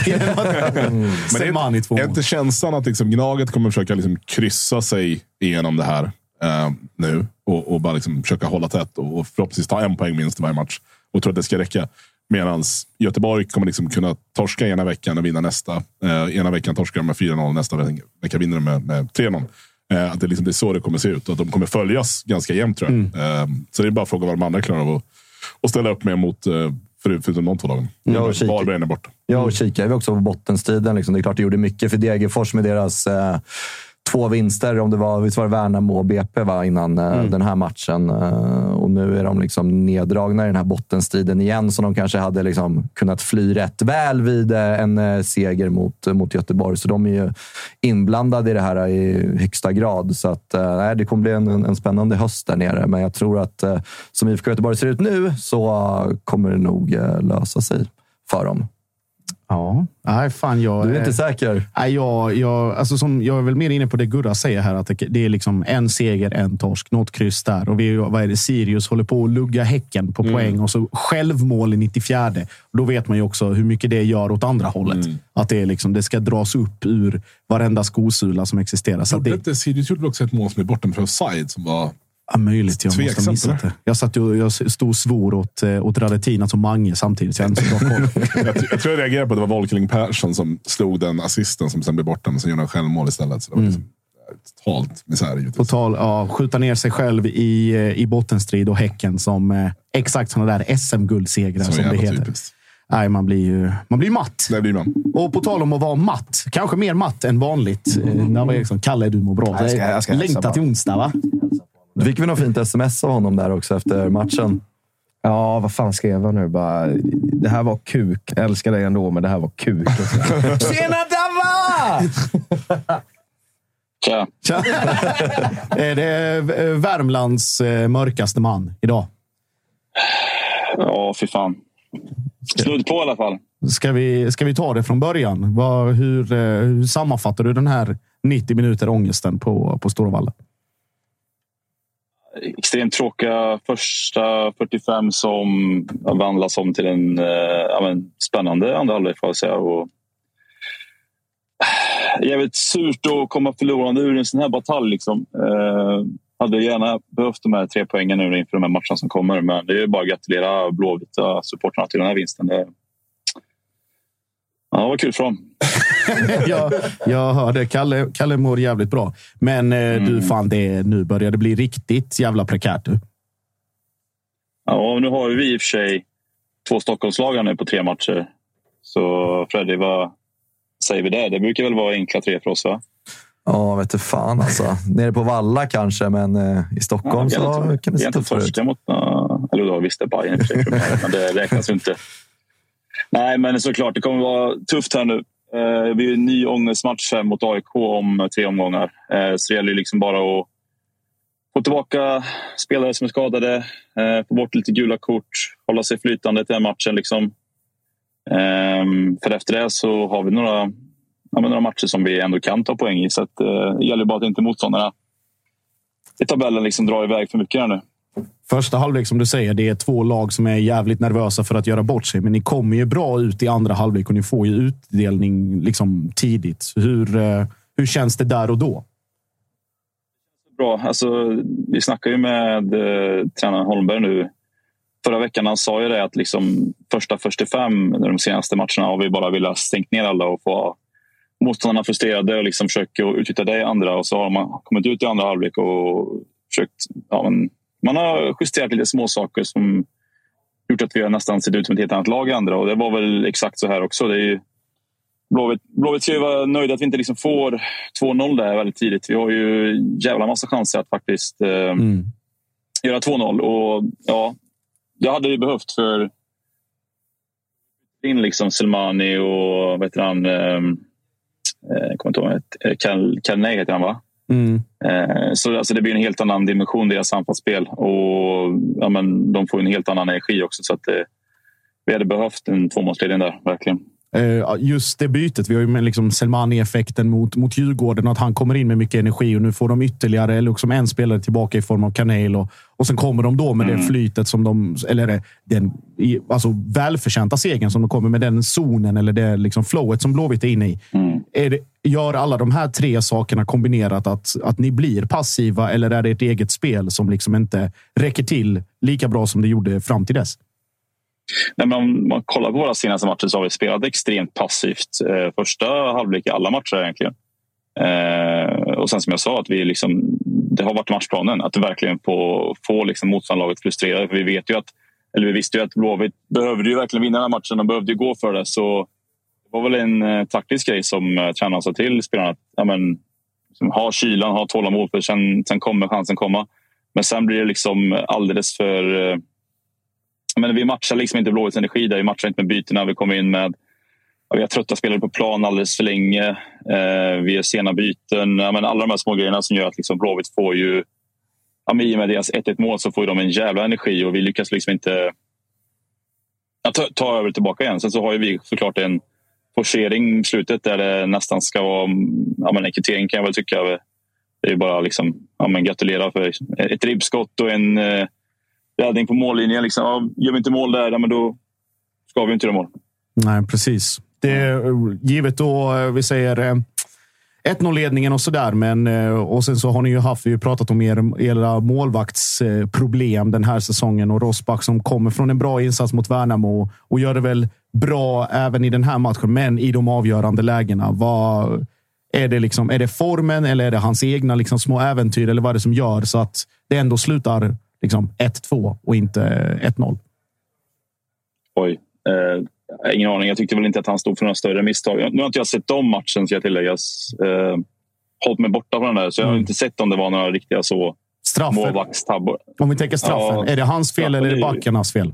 Men är inte känslan att liksom Gnaget kommer försöka liksom kryssa sig igenom det här nu och bara liksom försöka hålla tätt och förhoppningsvis ta 1 poäng minst i varje match och tror att det ska räcka, medan Göteborg kommer liksom kunna torska ena veckan och vinna nästa. Ena veckan torskar de med 4-0, nästa vecka vinner de med 3-0. Att det är så det kommer se ut och att de kommer följas ganska jämnt, tror jag. Så det är bara fråga vad de andra klarar av att ställa upp med mot förutom de 2 dagarna. Varberg är borta. Ja, och kikar vi också på bottenstriden. Liksom. Det är klart det gjorde mycket för Degerfors med deras 2 vinster. Om det var Värnamo och BP innan den här matchen. Och nu är de liksom neddragna i den här bottenstriden igen, så de kanske hade liksom kunnat fly rätt väl vid en seger mot Göteborg. Så de är ju inblandade i det här i högsta grad. Så att, det kommer bli en spännande höst där nere. Men jag tror att som IFK Göteborg ser ut nu så kommer det nog lösa sig för dem. Ja, nej fan jag... Du är inte säker? Nej, jag är väl mer inne på det Gurra säger här, att det är liksom 1 seger, 1 torsk, något kryss där. Och vad är det? Sirius håller på att lugga Häcken på poäng och så självmål i 94. Och då vet man ju också hur mycket det gör åt andra hållet. Att det är liksom, det ska dras upp ur varenda skosula som existerar. Så Sirius gjorde också ett mål som är bortom för offside som var... Ja, möjligt. Jag måste ha missat det. Jag stod och svor åt Radetina som Mange samtidigt. Så jag tror jag reagerade på att det var Volkeling Persson som slog den assisten som sen blev borta, men sen gjorde han självmål istället. Så det var liksom totalt misär. Skjuta ner sig själv i bottenstrid och Häcken som exakt sådana där SM-guldsegrar som det heter. Typiskt. Nej, man blir matt. Det blir man. Och på tal om att vara matt, kanske mer matt än vanligt. Kalle, du mår bra. Jag ska längta till onsdag, va? Du fick vi något fint sms av honom där också efter matchen. Ja, vad fan skrev jag nu? Bara, det här var kuk. Jag älskar dig ändå, men det här var kuk. Tjena, Dava! Tja. Är det Värmlands mörkaste man idag? Ja, fy fan. Snudd på i alla fall. Ska vi ta det från början? Hur sammanfattar du den här 90 minuter ångesten på Stora Valla? Extremt tråkiga första 45 som vandlas om till en spännande andra halvlek, får jag säga. Och jävligt surt att komma förlorande ur en sån här batalj. Liksom. Hade gärna behövt de här 3 poängen nu inför de här matcherna som kommer. Men det är bara att gratulera blåvita supporterna till den här vinsten. Ja, det var kul för dem. Jag hörde. Kalle mår jävligt bra. Men du, fan, nu börjar det bli riktigt jävla prekärt. Du. Ja, nu har vi i och för sig 2 Stockholmslag nu på 3 matcher. Så Freddy, vad säger vi där? Det brukar väl vara enkla 3 för oss, va? Ja, vet du fan alltså. Nere på Valla kanske, men i Stockholm så kan det sitta förut. Eller då visst det Bayern, men det räknas ju inte. Nej, men såklart, det kommer vara tufft här nu. Det blir en ny ångestmatch mot AIK om 3 omgångar. Så det gäller liksom bara att få tillbaka spelare som är skadade, få bort lite gula kort, hålla sig flytande till den matchen. Liksom. För efter det så har vi några matcher som vi ändå kan ta poäng i. Så att, det gäller bara att inte motståndarna i tabellen liksom drar iväg för mycket här nu. Första halvlek, som du säger, det är 2 lag som är jävligt nervösa för att göra bort sig. Men ni kommer ju bra ut i andra halvlek och ni får ju utdelning liksom tidigt. Hur känns det där och då? Bra. Alltså, vi snackade ju med tränaren Holmberg nu. Förra veckan han sa ju det att liksom första 45 de senaste matcherna har vi bara velat stängt ner alla och få motståndarna frustrerade och liksom försöka utnyttja det i andra. Och så har man kommit ut i andra halvlek och försökt... man har justerat lite små saker som gjort att vi har nästan sett ut som ett helt annat lag i andra. Och det var väl exakt så här också. Det är ju, Blåvitt ska ju vara nöjda att vi inte liksom får 2-0 där väldigt tidigt. Vi har ju jävla massa chanser att faktiskt göra 2-0. Och ja, det hade vi behövt för in liksom Selmani och vet han kommer inte ihåg, Kalnej heter han, va? Så alltså, det blir en helt annan dimension i deras anfallsspel och de får en helt annan energi också, så att vi hade behövt en 2-målsledning där, verkligen. Just det bytet, vi har ju med liksom Selmani-effekten mot Djurgården, att han kommer in med mycket energi och nu får de ytterligare eller liksom en spelare tillbaka i form av Kanel och sen kommer de då med det flytet som de, eller den alltså välförtjänta segern som de kommer med, den zonen eller det liksom flowet som Blåvitt är inne i. Gör alla de här 3 sakerna kombinerat att ni blir passiva, eller är det ett eget spel som liksom inte räcker till lika bra som det gjorde fram till dess? Nej, men om man kollar på våra senaste matcher så har vi spelat extremt passivt. Första halvlek i alla matcher egentligen. Och sen som jag sa, att vi liksom, det har varit matchplanen att verkligen få liksom motståndarlaget frustrerade. För vi visste ju att Blåvitt behövde ju verkligen vinna den här matchen. De behövde ju gå för det. Så det var väl en taktisk grej som tränaren sa till spelarna. Att ha kylan, ha tålamod, för sen kommer chansen komma. Men sen blir det liksom alldeles för... Men vi matchar liksom inte Blåvitts energi där. Vi matchar inte med bytena. Vi kommer in med... Vi har trötta spelare på plan alldeles för länge. Vi gör sena byten. Alla de här små grejerna som gör att liksom Blåvitt får ju... I och med deras 1-1 mål så får de en jävla energi. Och vi lyckas liksom inte ta över tillbaka igen. Sen så har ju vi såklart en forcering i slutet där det nästan ska vara... en kvittering kan jag väl tycka. Det är ju bara liksom... gratulera för ett ribbskott och en... räddning på mållinjen. Liksom. Gör vi inte mål där, men då ska vi inte göra mål. Nej, precis. Det är givet då, vi säger 1-0-ledningen och sådär. Men, och sen så har ni ju pratat om era målvaktsproblem den här säsongen. Och Rosbach som kommer från en bra insats mot Värnamo och gör det väl bra även i den här matchen. Men i de avgörande lägena, är det formen eller är det hans egna liksom små äventyr eller vad är det som gör så att det ändå slutar liksom 1-2 och inte 1-0? Oj, ingen aning. Jag tyckte väl inte att han stod för några större misstag. Nu har inte jag sett de matchen, ska jag tilläggas. Hållit mig borta från den där, så jag har inte sett om det var några riktiga så målvaktstabbor. Om vi tänker straffen, är det hans fel eller är det backarnas fel?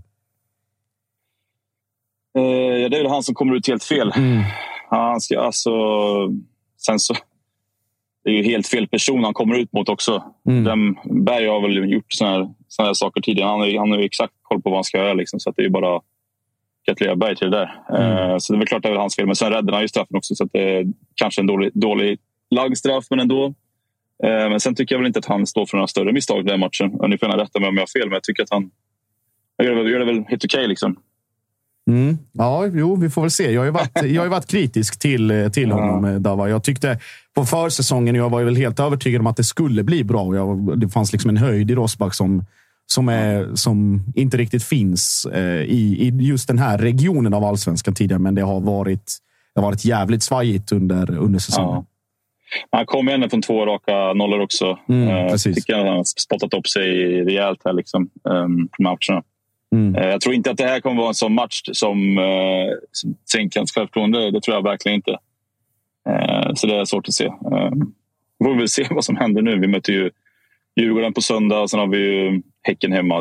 Ja, det är väl han som kommer ut helt fel. Han ska sen så det är ju helt fel person han kommer ut mot också. Berg har väl gjort såna här saker tidigare. Han har ju exakt koll på vad han ska göra. Liksom, så att det är bara gratulera Berg till det där. Så det är väl klart att det är hans fel. Men sen räddade han ju straffen också. Så att det är kanske en dålig lagstraff, men ändå. Men sen tycker jag väl inte att han står för några större misstag i den matchen. Ni får gärna rätta mig om jag har fel. Men jag tycker att han gör det väl helt okej liksom. Ja, vi får väl se. Jag har ju varit kritisk till honom, Dava. Jag tyckte på försäsongen, jag var väl helt övertygad om att det skulle bli bra. Det fanns liksom en höjd i Rosbach som inte riktigt finns i just den här regionen av allsvenskan tidigare, men det har varit jävligt svajigt under säsongen. Ja. Han kom ändå från 2 raka nollor också. Tycker att han har spottat upp sig rejält här liksom, på matcherna. Jag tror inte att det här kommer vara en sån match som sänker hans självförtroende. Det tror jag verkligen inte. Så det är svårt att se. Vi får väl se vad som händer nu. Vi möter ju Djurgården på söndag och sen har vi ju Häcken hemma.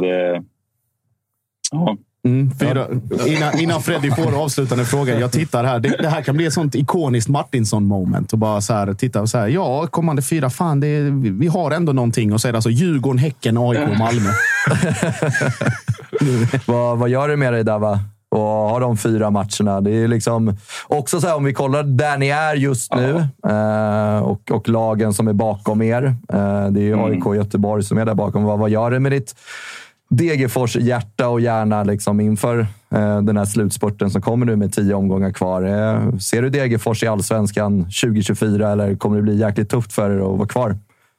Innan Freddy får avslutande fråga. Jag tittar här. Det här kan bli ett sånt ikoniskt Martinsson-moment. Och bara så här, titta och så här. Ja, kommande 4. Fan, vi har ändå någonting. Och så är det alltså Djurgården, Häcken, AIK och Malmö. Vad gör det med dig där, va? Och har de 4 matcherna. Det är liksom också så här, om vi kollar där ni är just nu och lagen som är bakom er. Det är ju AIK och Göteborg som är där bakom. Vad gör det med ditt Degerfors hjärta och hjärna liksom inför den här slutspurten som kommer nu med 10 omgångar kvar? Ser du Degerfors i Allsvenskan 2024 eller kommer det bli jäkligt tufft för er att vara kvar?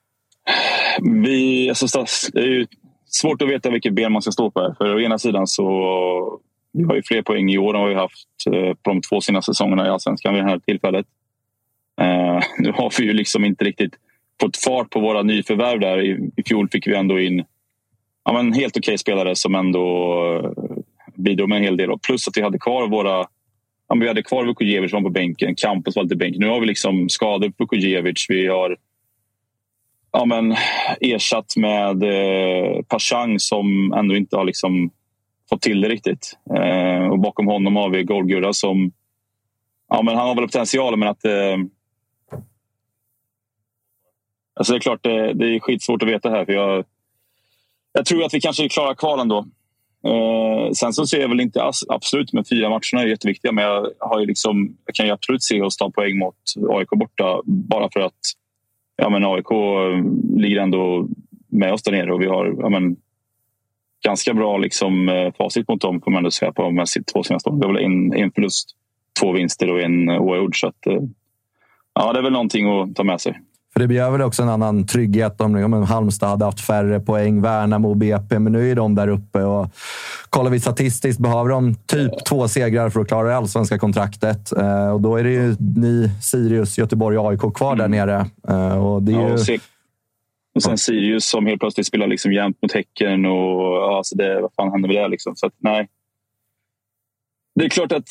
Det är ju svårt att veta vilket ben man ska stå på. För å ena sidan så vi har ju fler poäng i år än vad vi haft på de 2 senaste säsongerna i Allsvenskan vid det här tillfället. Nu har vi ju liksom inte riktigt fått fart på våra nyförvärv där. I fjol fick vi ändå in helt okej spelare som ändå bidrog med en hel del. Plus att vi hade kvar vi hade kvar Vukojevic på bänken. Campos var lite bänk. Nu har vi liksom skador på Vukojevic. Vi har ersatt med Pashang som ändå inte har liksom fått till det riktigt. Och bakom honom har vi Golgura som han har väl potential, men att alltså det är klart det är skitsvårt att veta här, för jag tror att vi kanske klarar kvalen då. Sen så ser jag väl inte absolut med 4 matcherna är jätteviktiga, men jag kan ju absolut se oss ta poäng mot AIK borta, bara för att AIK ligger ändå med oss där nere och vi har ganska bra liksom facit mot dem, får man ändå säga, på de 2 senaste åren. Det är väl en förlust, 2 vinster och en oavgjord, så att det är väl någonting att ta med sig. För det blir väl också en annan trygghet om Halmstad hade haft färre poäng, Värnamo och BP, men nu är de där uppe och kollar vi statistiskt behöver de typ 2 segrar för att klara det allsvenska kontraktet. Och då är det ju ni, Sirius, Göteborg och AIK kvar där nere. Och det är ju... Och sen Sirius som helt plötsligt spelar liksom jämnt mot Häcken och alltså vad fan händer med det liksom? Så att nej. Det är klart att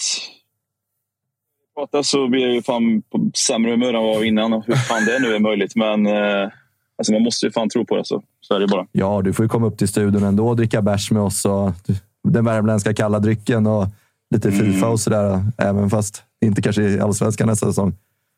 så blir jag ju fan på sämre humör än vad jag var innan, och hur fan det nu är möjligt, men alltså man måste ju fan tro på det, så är det bara. Ja, du får ju komma upp till studion ändå och dricka bärs med oss och den värmländska kalla drycken och lite FIFA och sådär, även fast inte kanske i Allsvenskan nästa säsong.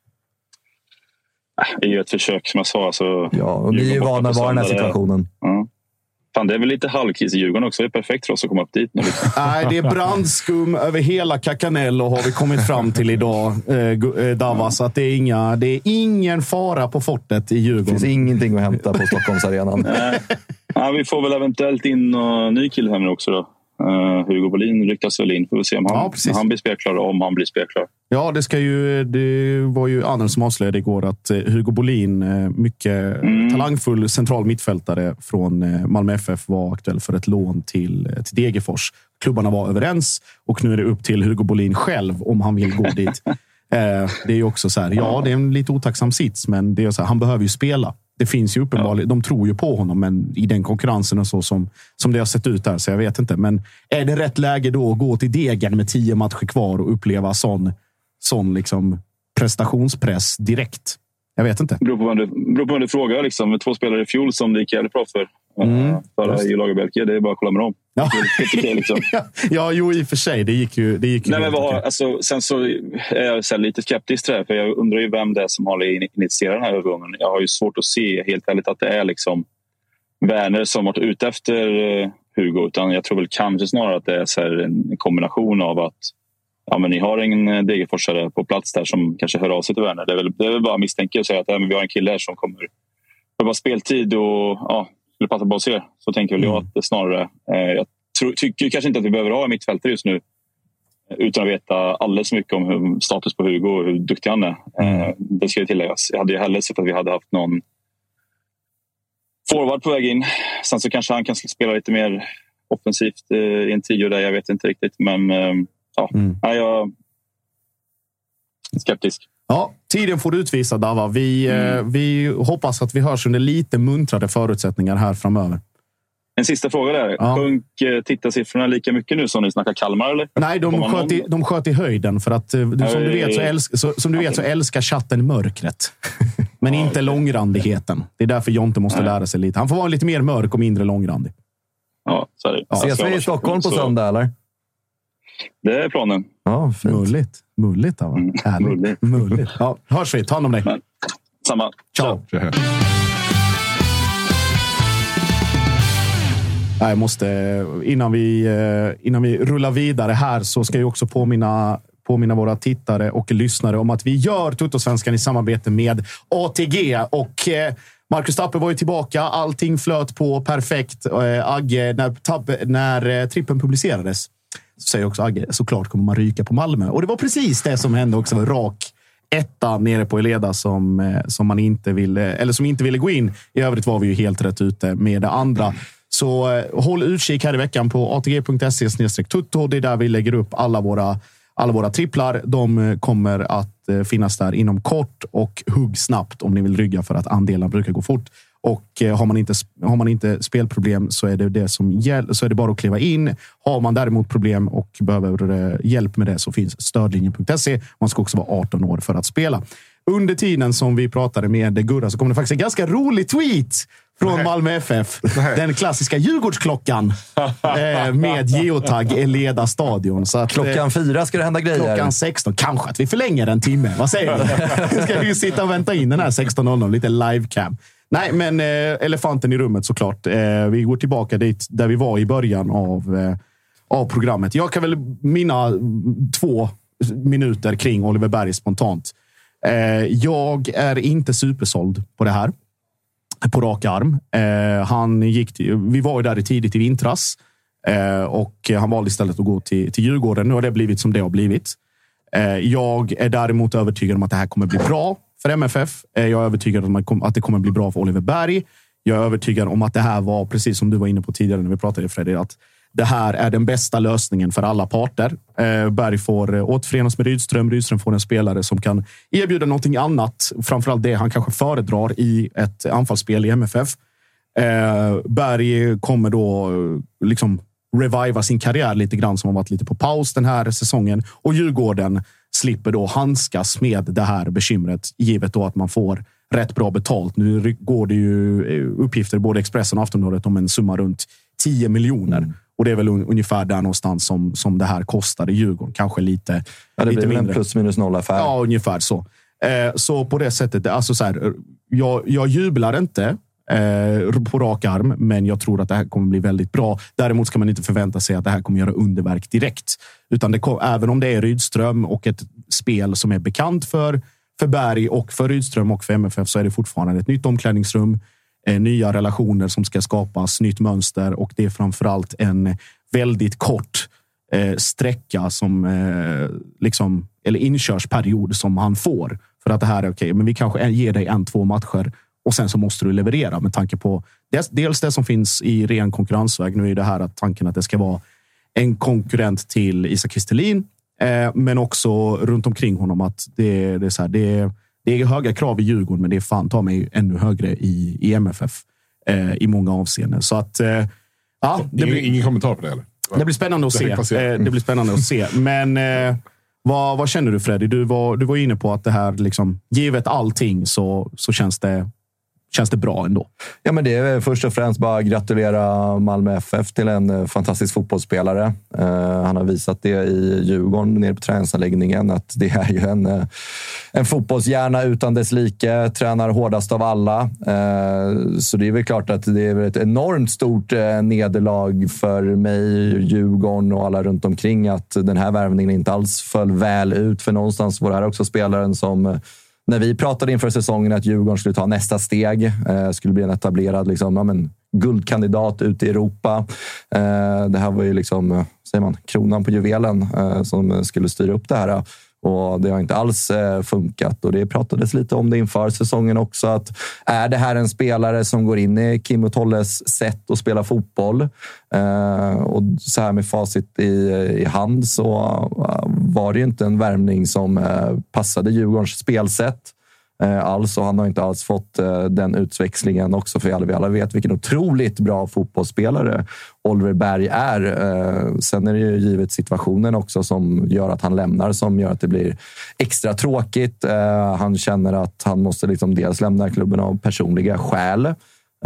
Det är ju ett försök som jag sa. Alltså, ja, och ni är ju vana att vara i den här situationen. Ja. Fan, det är väl lite halvkris i Djurgården också. Det är perfekt för oss att komma upp dit. Nej, det är brandskum över hela Kakanello har vi kommit fram till idag, Davas. Att det är ingen fara på fortet i Djurgården. Det finns ingenting att hämta på Stockholmsarenan. Nej, vi får väl eventuellt in en ny kille här nu också då. Hugo Bolin ryktas väl in. Får vi se om han blir spelklar och om han blir spelklar. Ja, det var ju Anders som avslöjade igår att Hugo Bolin, mycket talangfull central mittfältare från Malmö FF, var aktuell för ett lån till Degerfors. Klubbarna var överens och nu är det upp till Hugo Bolin själv om han vill gå dit. Det är ju också så här, det är en lite otacksam sits, men det är så här, han behöver ju spela. Det finns ju uppenbarligen, de tror ju på honom, men i den konkurrensen och så som det har sett ut där, så jag vet inte. Men är det rätt läge då att gå till Degen med 10 matcher kvar och uppleva sån liksom prestationspress direkt? Jag vet inte. Beror på vad du frågar liksom. Med 2 spelare i fjol som det gick jävligt bra för i Lagerbälke. Det är bara att kolla med dem. Ja. Liksom. Jo, i och för sig. Det gick ju. Nej, men sen så är jag så lite skeptisk till det här, för jag undrar ju vem det är som har initierat den här övergången. Jag har ju svårt att se helt ärligt att det är liksom Werner som varit ute efter Hugo, utan jag tror väl kanske snarare att det är så här en kombination av att men ni har en Degerforsare på plats där som kanske hör av sig till Werner. Det är väl bara misstänka och säga att vi har en kille här som kommer för bara speltid och skulle passa på att se. Så tänker väl jag att det snarare. Jag tycker kanske inte att vi behöver ha en mittfältare just nu utan att veta alldeles mycket om status på Hugo och hur duktig han är. Det ska ju tilläggas. Jag hade ju hellre sett att vi hade haft någon forward på väg in. Sen så kanske han kan spela lite mer offensivt i en 10 där. Jag vet inte riktigt, men jag är skeptisk. Ja, tiden får du utvisa, Dava. Vi hoppas att vi hörs under lite muntrade förutsättningar här framöver. En sista fråga där. Ja. Sjönk tittarsiffrorna lika mycket nu som ni snackar Kalmar, eller? Nej, de sköt i höjden för att som du vet så älskar chatten mörkret. Men inte långrandigheten. Det är därför Jonte måste lära sig lite. Han får vara lite mer mörk och mindre långrandig. Ja, så är det. Ja. Ses vi i Stockholm på söndag, eller? Det är planen. Ja, mulligt. Mulligt. Ja, hörs vi. Ta hand om dig. Samma. Ciao. Jag måste, innan vi rullar vidare här så ska jag också påminna våra tittare och lyssnare om att vi gör Toto-svenskan i samarbete med ATG. Och Marcus Tapper var ju tillbaka. Allting flöt på perfekt. Agge, när trippen publicerades så säger också Agge, såklart kommer man ryka på Malmö. Och det var precis det som hände också. Rak etta nere på Eleda som man inte ville, eller som inte ville gå in. I övrigt var vi ju helt rätt ute med det andra. Så håll utkik här i veckan på atg.se/tutto. Det är där vi lägger upp alla våra tripplar. De kommer att finnas där inom kort och hugg snabbt om ni vill rygga för att andelen brukar gå fort. Och har man inte spelproblem så är det som gäller, så är det bara att kliva in. Har man däremot problem och behöver hjälp med det så finns stödlinjen.se. Man ska också vara 18 år för att spela. Under tiden som vi pratade med Gurra så kom det faktiskt en ganska rolig tweet från Malmö FF. Den klassiska Djurgårdsklockan med geotag Eleda stadion. Så att, klockan 4 ska det hända grejer. Klockan 16. Kanske att vi förlänger en timme. Vad säger du? Ska vi sitta och vänta in den här 16.00. Lite livecam. Nej, men elefanten i rummet såklart. Vi går tillbaka dit där vi var i början av programmet. Jag kan väl minna 2 minuter kring Oliver Berg spontant. Jag är inte supersåld på det här. På rak arm. Vi var ju där tidigt i vintras. Och han valde istället att gå till Djurgården. Nu har det blivit som det har blivit. Jag är däremot övertygad om att det här kommer bli bra för MFF. Jag är övertygad om att det kommer bli bra för Oliver Berg. Jag är övertygad om att det här var, precis som du var inne på tidigare när vi pratade, Fredrik, att det här är den bästa lösningen för alla parter. Berg får återförenas med Rydström. Rydström får en spelare som kan erbjuda någonting annat. Framförallt det han kanske föredrar i ett anfallsspel i MFF. Berg kommer då liksom reviva sin karriär lite grann som har varit lite på paus den här säsongen. Och Djurgården slipper då handskas med det här bekymret givet då att man får rätt bra betalt. Nu går det ju uppgifter både Expressen och Aftonbladet om en summa runt 10 miljoner. Och det är väl ungefär där någonstans som det här kostade Djurgården. Kanske lite det lite blir mindre. En plus minus noll affär. Ja, ungefär så. Så på det sättet, alltså så här, jag jublar inte på rak arm, men jag tror att det här kommer bli väldigt bra. Däremot ska man inte förvänta sig att det här kommer göra underverk direkt. Utan även om det är Rydström och ett spel som är bekant för Berg och för Rydström och för MFF, så är det fortfarande ett nytt omklädningsrum, nya relationer som ska skapas, nytt mönster, och det är framförallt en väldigt kort sträcka som eller inkörsperiod som han får för att det här är okej, men vi kanske ger dig 1-2 matcher och sen så måste du leverera med tanke på dels det som finns i ren konkurrensväg. Nu är det här att tanken att det ska vara en konkurrent till Isak Kristelin, men också runt omkring honom att det är höga krav i Djurgården, men det är fan ta mig ännu högre i MFF i många avseenden. Så att det blir ingen kommentar på det heller. Det blir spännande att se. Det blir spännande att se. Men vad känner du, Freddy? Du var inne på att det här liksom, givet allting så känns det bra ändå. Ja, men det är först och främst bara gratulera Malmö FF till en fantastisk fotbollsspelare. Han har visat det i Djurgården nere på träningsanläggningen att det är ju en fotbollshjärna utan dess like, tränar hårdast av alla. Så det är väl klart att det är ett enormt stort nederlag för mig, Djurgården och alla runt omkring att den här värvningen inte alls föll väl ut, för någonstans var det här också spelaren som när vi pratade inför säsongen att Djurgården skulle ta nästa steg, skulle bli en etablerad guldkandidat ute i Europa. Det här var ju kronan på juvelen som skulle styra upp det här. Och det har inte alls funkat. Och det pratades lite om det inför säsongen också. Att är det här en spelare som går in i Kim och Tolles sätt att spela fotboll? Och så här med facit i hand så var det ju inte en värvning som passade Djurgårdens spelsätt alls. Och han har inte alls fått den utväxlingen också. För vi alla vet vilken otroligt bra fotbollsspelare Oliver Berg är. Sen är det ju givet situationen också som gör att han lämnar, som gör att det blir extra tråkigt. Han känner att han måste dels lämna klubben av personliga skäl.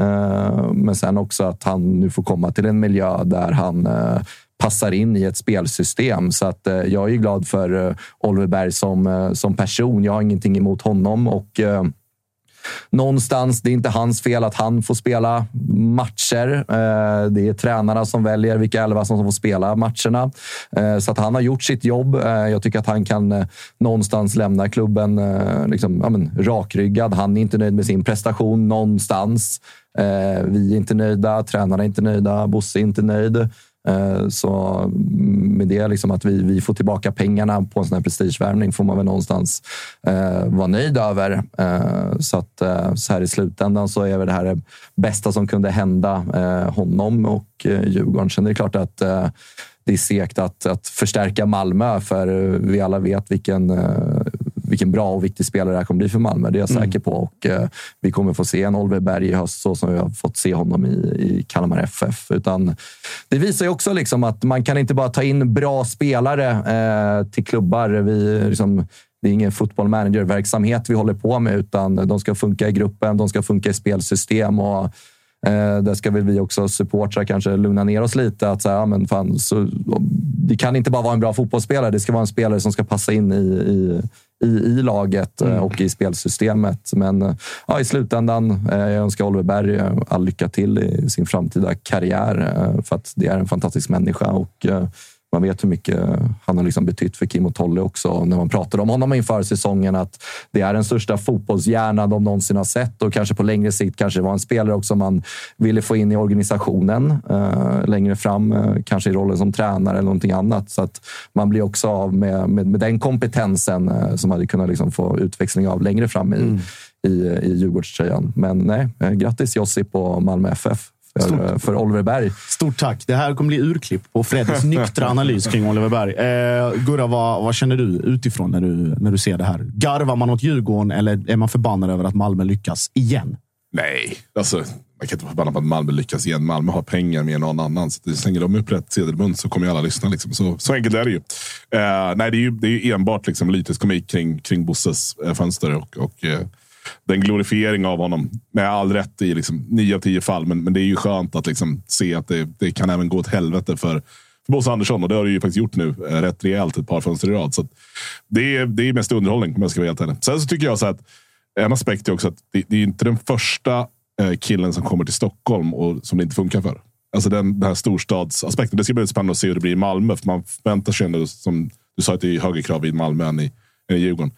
Men sen också att han nu får komma till en miljö där han passar in i ett spelsystem. Så att jag är ju glad för Oliver Berg som person. Jag har ingenting emot honom och någonstans, det är inte hans fel att han får spela matcher. Det är tränarna som väljer vilka 11 som får spela matcherna. Så att han har gjort sitt jobb. Jag tycker att han kan någonstans lämna klubben rakryggad. Han är inte nöjd med sin prestation någonstans. Vi är inte nöjda, tränarna är inte nöjda, Bosse är inte nöjd. Så med det liksom att vi får tillbaka pengarna på en sån här prestigevärvning får man väl någonstans vara nöjd över. Så att så här i slutändan så är det här det bästa som kunde hända honom och Djurgården. Sen är det klart att det är segt att förstärka Malmö, för vi alla vet vilken bra och viktig spelare det här kommer bli för Malmö. Det är jag säker på. Och vi kommer få se en Oliver Berg i höst så som vi har fått se honom i Kalmar FF. Utan det visar ju också liksom att man kan inte bara ta in bra spelare till klubbar. Det är ingen football manager-verksamhet vi håller på med, utan de ska funka i gruppen, de ska funka i spelsystem, och där ska väl vi också supportrar kanske lugna ner oss lite. Att säga, men fan, så, det kan inte bara vara en bra fotbollsspelare, det ska vara en spelare som ska passa in i laget och i spelsystemet. Men i slutändan, jag önskar Oliver Berg all lycka till i sin framtida karriär, för att det är en fantastisk människa och man vet hur mycket han har liksom betytt för Kim och Tolle också. När man pratade om honom inför säsongen, att det är den största fotbollshjärna de någonsin har sett, och kanske på längre sikt kanske var en spelare också man ville få in i organisationen längre fram, kanske i rollen som tränare eller någonting annat. Så att man blir också av med den kompetensen som hade kunnat liksom få utväxling av längre fram i Djurgårdströjan. Men nej, grattis Josip och Malmö FF. För Oliver Berg. Stort tack. Det här kommer bli urklipp på Freddys nyktra analys kring Oliver Berg. Gurra, vad känner du utifrån när du ser det här? Garvar man åt Djurgården, eller är man förbannad över att Malmö lyckas igen? Nej, alltså man kan inte vara förbannad på att Malmö lyckas igen. Malmö har pengar mer än någon annan. Så slänger de upp rätt sedelbunt så kommer ju alla lyssna. Liksom. Så enkelt är det ju. Nej, det är ju enbart liksom, lytisk komik kring Bosses fönster och den glorifiering av honom med all rätt i liksom 9 av 10 fall. Men det är ju skönt att liksom se att det kan även gå åt helvete för Bosse Andersson. Och det har det ju faktiskt gjort nu rätt rejält, ett par fönster i rad. Så det är mest underhållning, om jag ska vara helt ärlig. Sen så tycker jag så att en aspekt är också att det är inte den första killen som kommer till Stockholm och som det inte funkar för. Alltså den här storstadsaspekten. Det ska bli spännande att se hur det blir i Malmö. För man förväntar sig ändå, som du sa, att det är högre krav i Malmö än i Djurgården.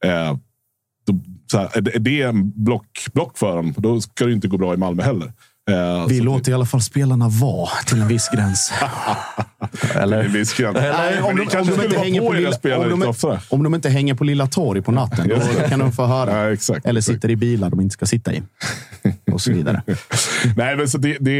Så här, är det en block för dem, då ska det inte gå bra i Malmö heller. Vi låter i alla fall spelarna vara till en viss gräns. Eller en viss gräns. Om de inte hänger på Lilla Torg på natten, då kan de få höra. Ja, exakt, eller sitter i bilar de inte ska sitta i. Och så vidare. Nej, men så det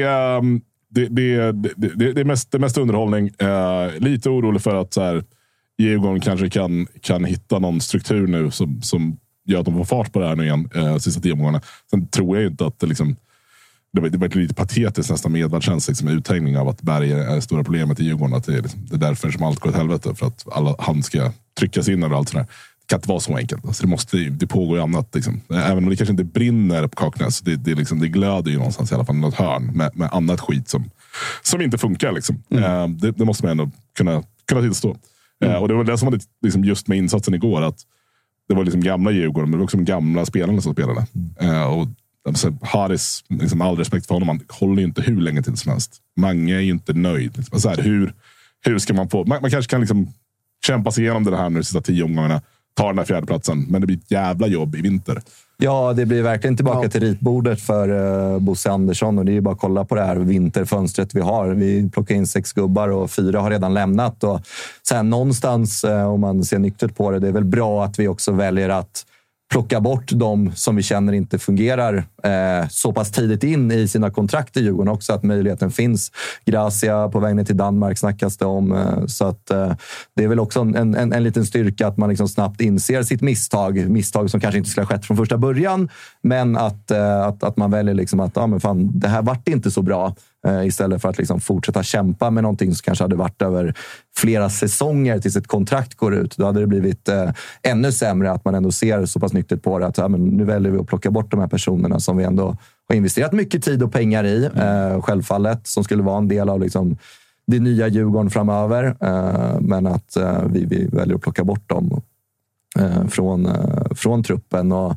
är mest underhållning. Lite orolig för att så här, Djurgården kanske kan hitta någon struktur nu som gör att de får fart på det här nu igen sista 10 månaderna. Sen tror jag ju inte att det liksom det var lite patetiskt nästan med Edvard Känsla liksom, uthängning av att Berg är det stora problemet i Djurgården, att det är därför som allt går åt helvete, för att han ska tryckas in och allt sådär. Det kan inte vara så enkelt. Alltså det pågår ju annat liksom. Även om det kanske inte brinner på Kaknäs, det glöder ju någonstans i alla fall, något hörn med annat skit som inte funkar liksom. Det måste man ändå kunna tillstå. Och det var det som var liksom just med insatsen igår, att det var liksom gamla Djurgården, men det var också de gamla spelarna som spelade. Och alltså, Haris, liksom, all respekt för honom, man håller ju inte hur länge till som helst. Mange är ju inte nöjd. Liksom. Så här, hur ska man få... Man kanske kan liksom kämpa sig igenom det här nu de sista 10 omgångarna, ta den här 4:e platsen, men det blir ett jävla jobb i vinter. Ja, det blir verkligen tillbaka till ritbordet för Bosse Andersson, och det är ju bara att kolla på det här vinterfönstret vi har. Vi plockar in 6 gubbar och 4 har redan lämnat. Och sen någonstans, om man ser nyktert på det är väl bra att vi också väljer att plocka bort de som vi känner inte fungerar så pass tidigt in i sina kontrakt i Djurgården också, att möjligheten finns. Gracia på väg ner till Danmark snackas det om. Så att det är väl också en liten styrka att man liksom snabbt inser sitt misstag som kanske inte skulle ha skett från första början, men att man väljer liksom att men fan, det här vart inte så bra. Istället för att liksom fortsätta kämpa med någonting som kanske hade varit över flera säsonger tills ett kontrakt går ut. Då hade det blivit ännu sämre, att man ändå ser så pass nyktert på det. Att nu väljer vi att plocka bort de här personerna som vi ändå har investerat mycket tid och pengar i. Självfallet, som skulle vara en del av liksom det nya Djurgården framöver. Men att vi väljer att plocka bort dem från truppen. Och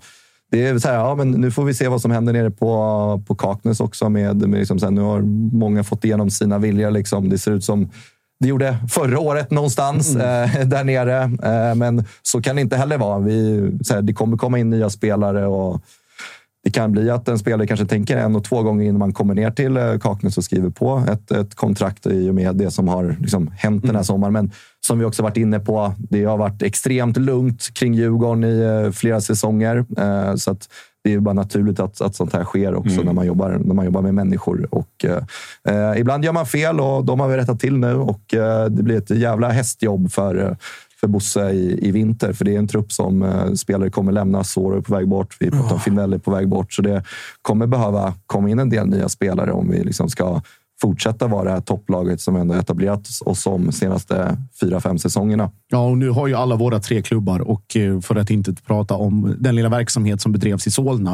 det är så här, ja, men nu får vi se vad som händer nere på Kaknäs också. Med liksom, så här, nu har många fått igenom sina viljor. Liksom. Det ser ut som det gjorde förra året någonstans där nere. Men så kan det inte heller vara. Det kommer komma in nya spelare och det kan bli att en spelare kanske tänker 1 och 2 gånger innan man kommer ner till Kaknäs och skriver på ett kontrakt i och med det som har liksom hänt den här sommaren. Men som vi också varit inne på, det har varit extremt lugnt kring Djurgården i flera säsonger. Så att det är bara naturligt att sånt här sker också när man jobbar med människor. Och ibland gör man fel och de har vi rättat till nu. Och det blir ett jävla hästjobb för Bosse i vinter. För det är en trupp som spelare kommer lämna. Såror är på väg bort. Vi pratar om Finell är på väg bort. Så det kommer behöva komma in en del nya spelare om vi liksom ska fortsätta vara det här topplaget som ändå etablerat oss som senaste 4-5 säsongerna. Ja, och nu har ju alla våra 3 klubbar och för att inte prata om den lilla verksamhet som bedrevs i Solna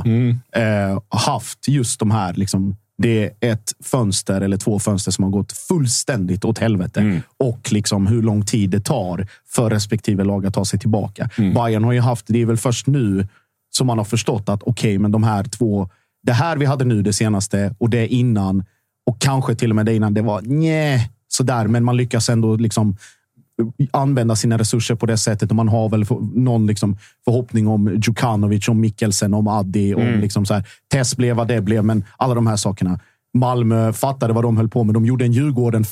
haft just de här liksom, det är ett fönster eller 2 fönster som har gått fullständigt åt helvete. Och liksom hur lång tid det tar för respektive lag att ta sig tillbaka. Bayern har ju haft, det är väl först nu som man har förstått att okej, men de här 2, det här vi hade nu det senaste och det innan och kanske till och med det innan, det var sådär, men man lyckas ändå liksom använda sina resurser på det sättet och man har väl någon liksom förhoppning om Djukanovic, om Mikkelsen, om Addi, om liksom så här, Tess blev vad det blev, men alla de här sakerna. Malmö fattade vad de höll på med. De gjorde en Djurgården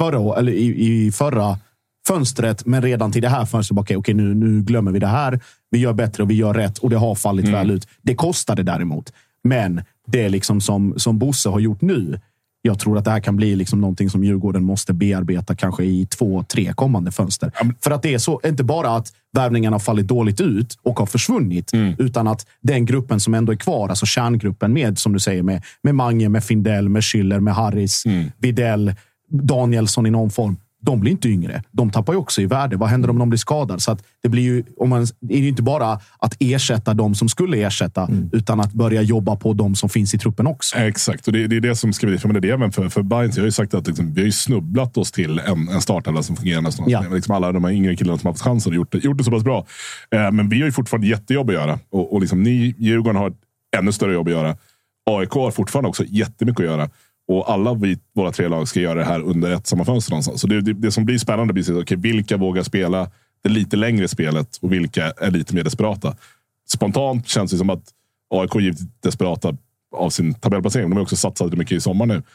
i förra fönstret, men redan till det här fönstret okej, nu glömmer vi det här. Vi gör bättre och vi gör rätt och det har fallit väl ut. Det kostade däremot. Men det är liksom som Bosse har gjort nu. Jag tror att det här kan bli liksom någonting som Djurgården måste bearbeta kanske i 2-3 kommande fönster. För att det är så, inte bara att värvningarna har fallit dåligt ut och har försvunnit, utan att den gruppen som ändå är kvar, alltså kärngruppen med, som du säger, med Mange, med Findell, med Schüller, med Harris, Widell, Danielsson i någon form. De blir inte yngre. De tappar ju också i värde. Vad händer om de blir skadade? Så att det blir ju, det är ju inte bara att ersätta de som skulle ersätta, utan att börja jobba på de som finns i truppen också. Exakt, och det är det som ska bli för det. Men för Bayern, jag har ju sagt att liksom, vi har ju snubblat oss till en startelva som fungerar nästan. Ja. Liksom alla de här yngre killarna som har haft chansen och gjort det så pass bra. Men vi har ju fortfarande jättejobb att göra. Och liksom, ni, Djurgården, har ett ännu större jobb att göra. AIK har fortfarande också jättemycket att göra. Och alla våra 3 lag ska göra det här under ett samma fönster någonstans. Så det som blir spännande blir att vilka vågar spela det lite längre spelet och vilka är lite mer desperata. Spontant känns det som att AIK är givetvis desperata av sin tabellplacering. De har också satsat mycket i sommar nu.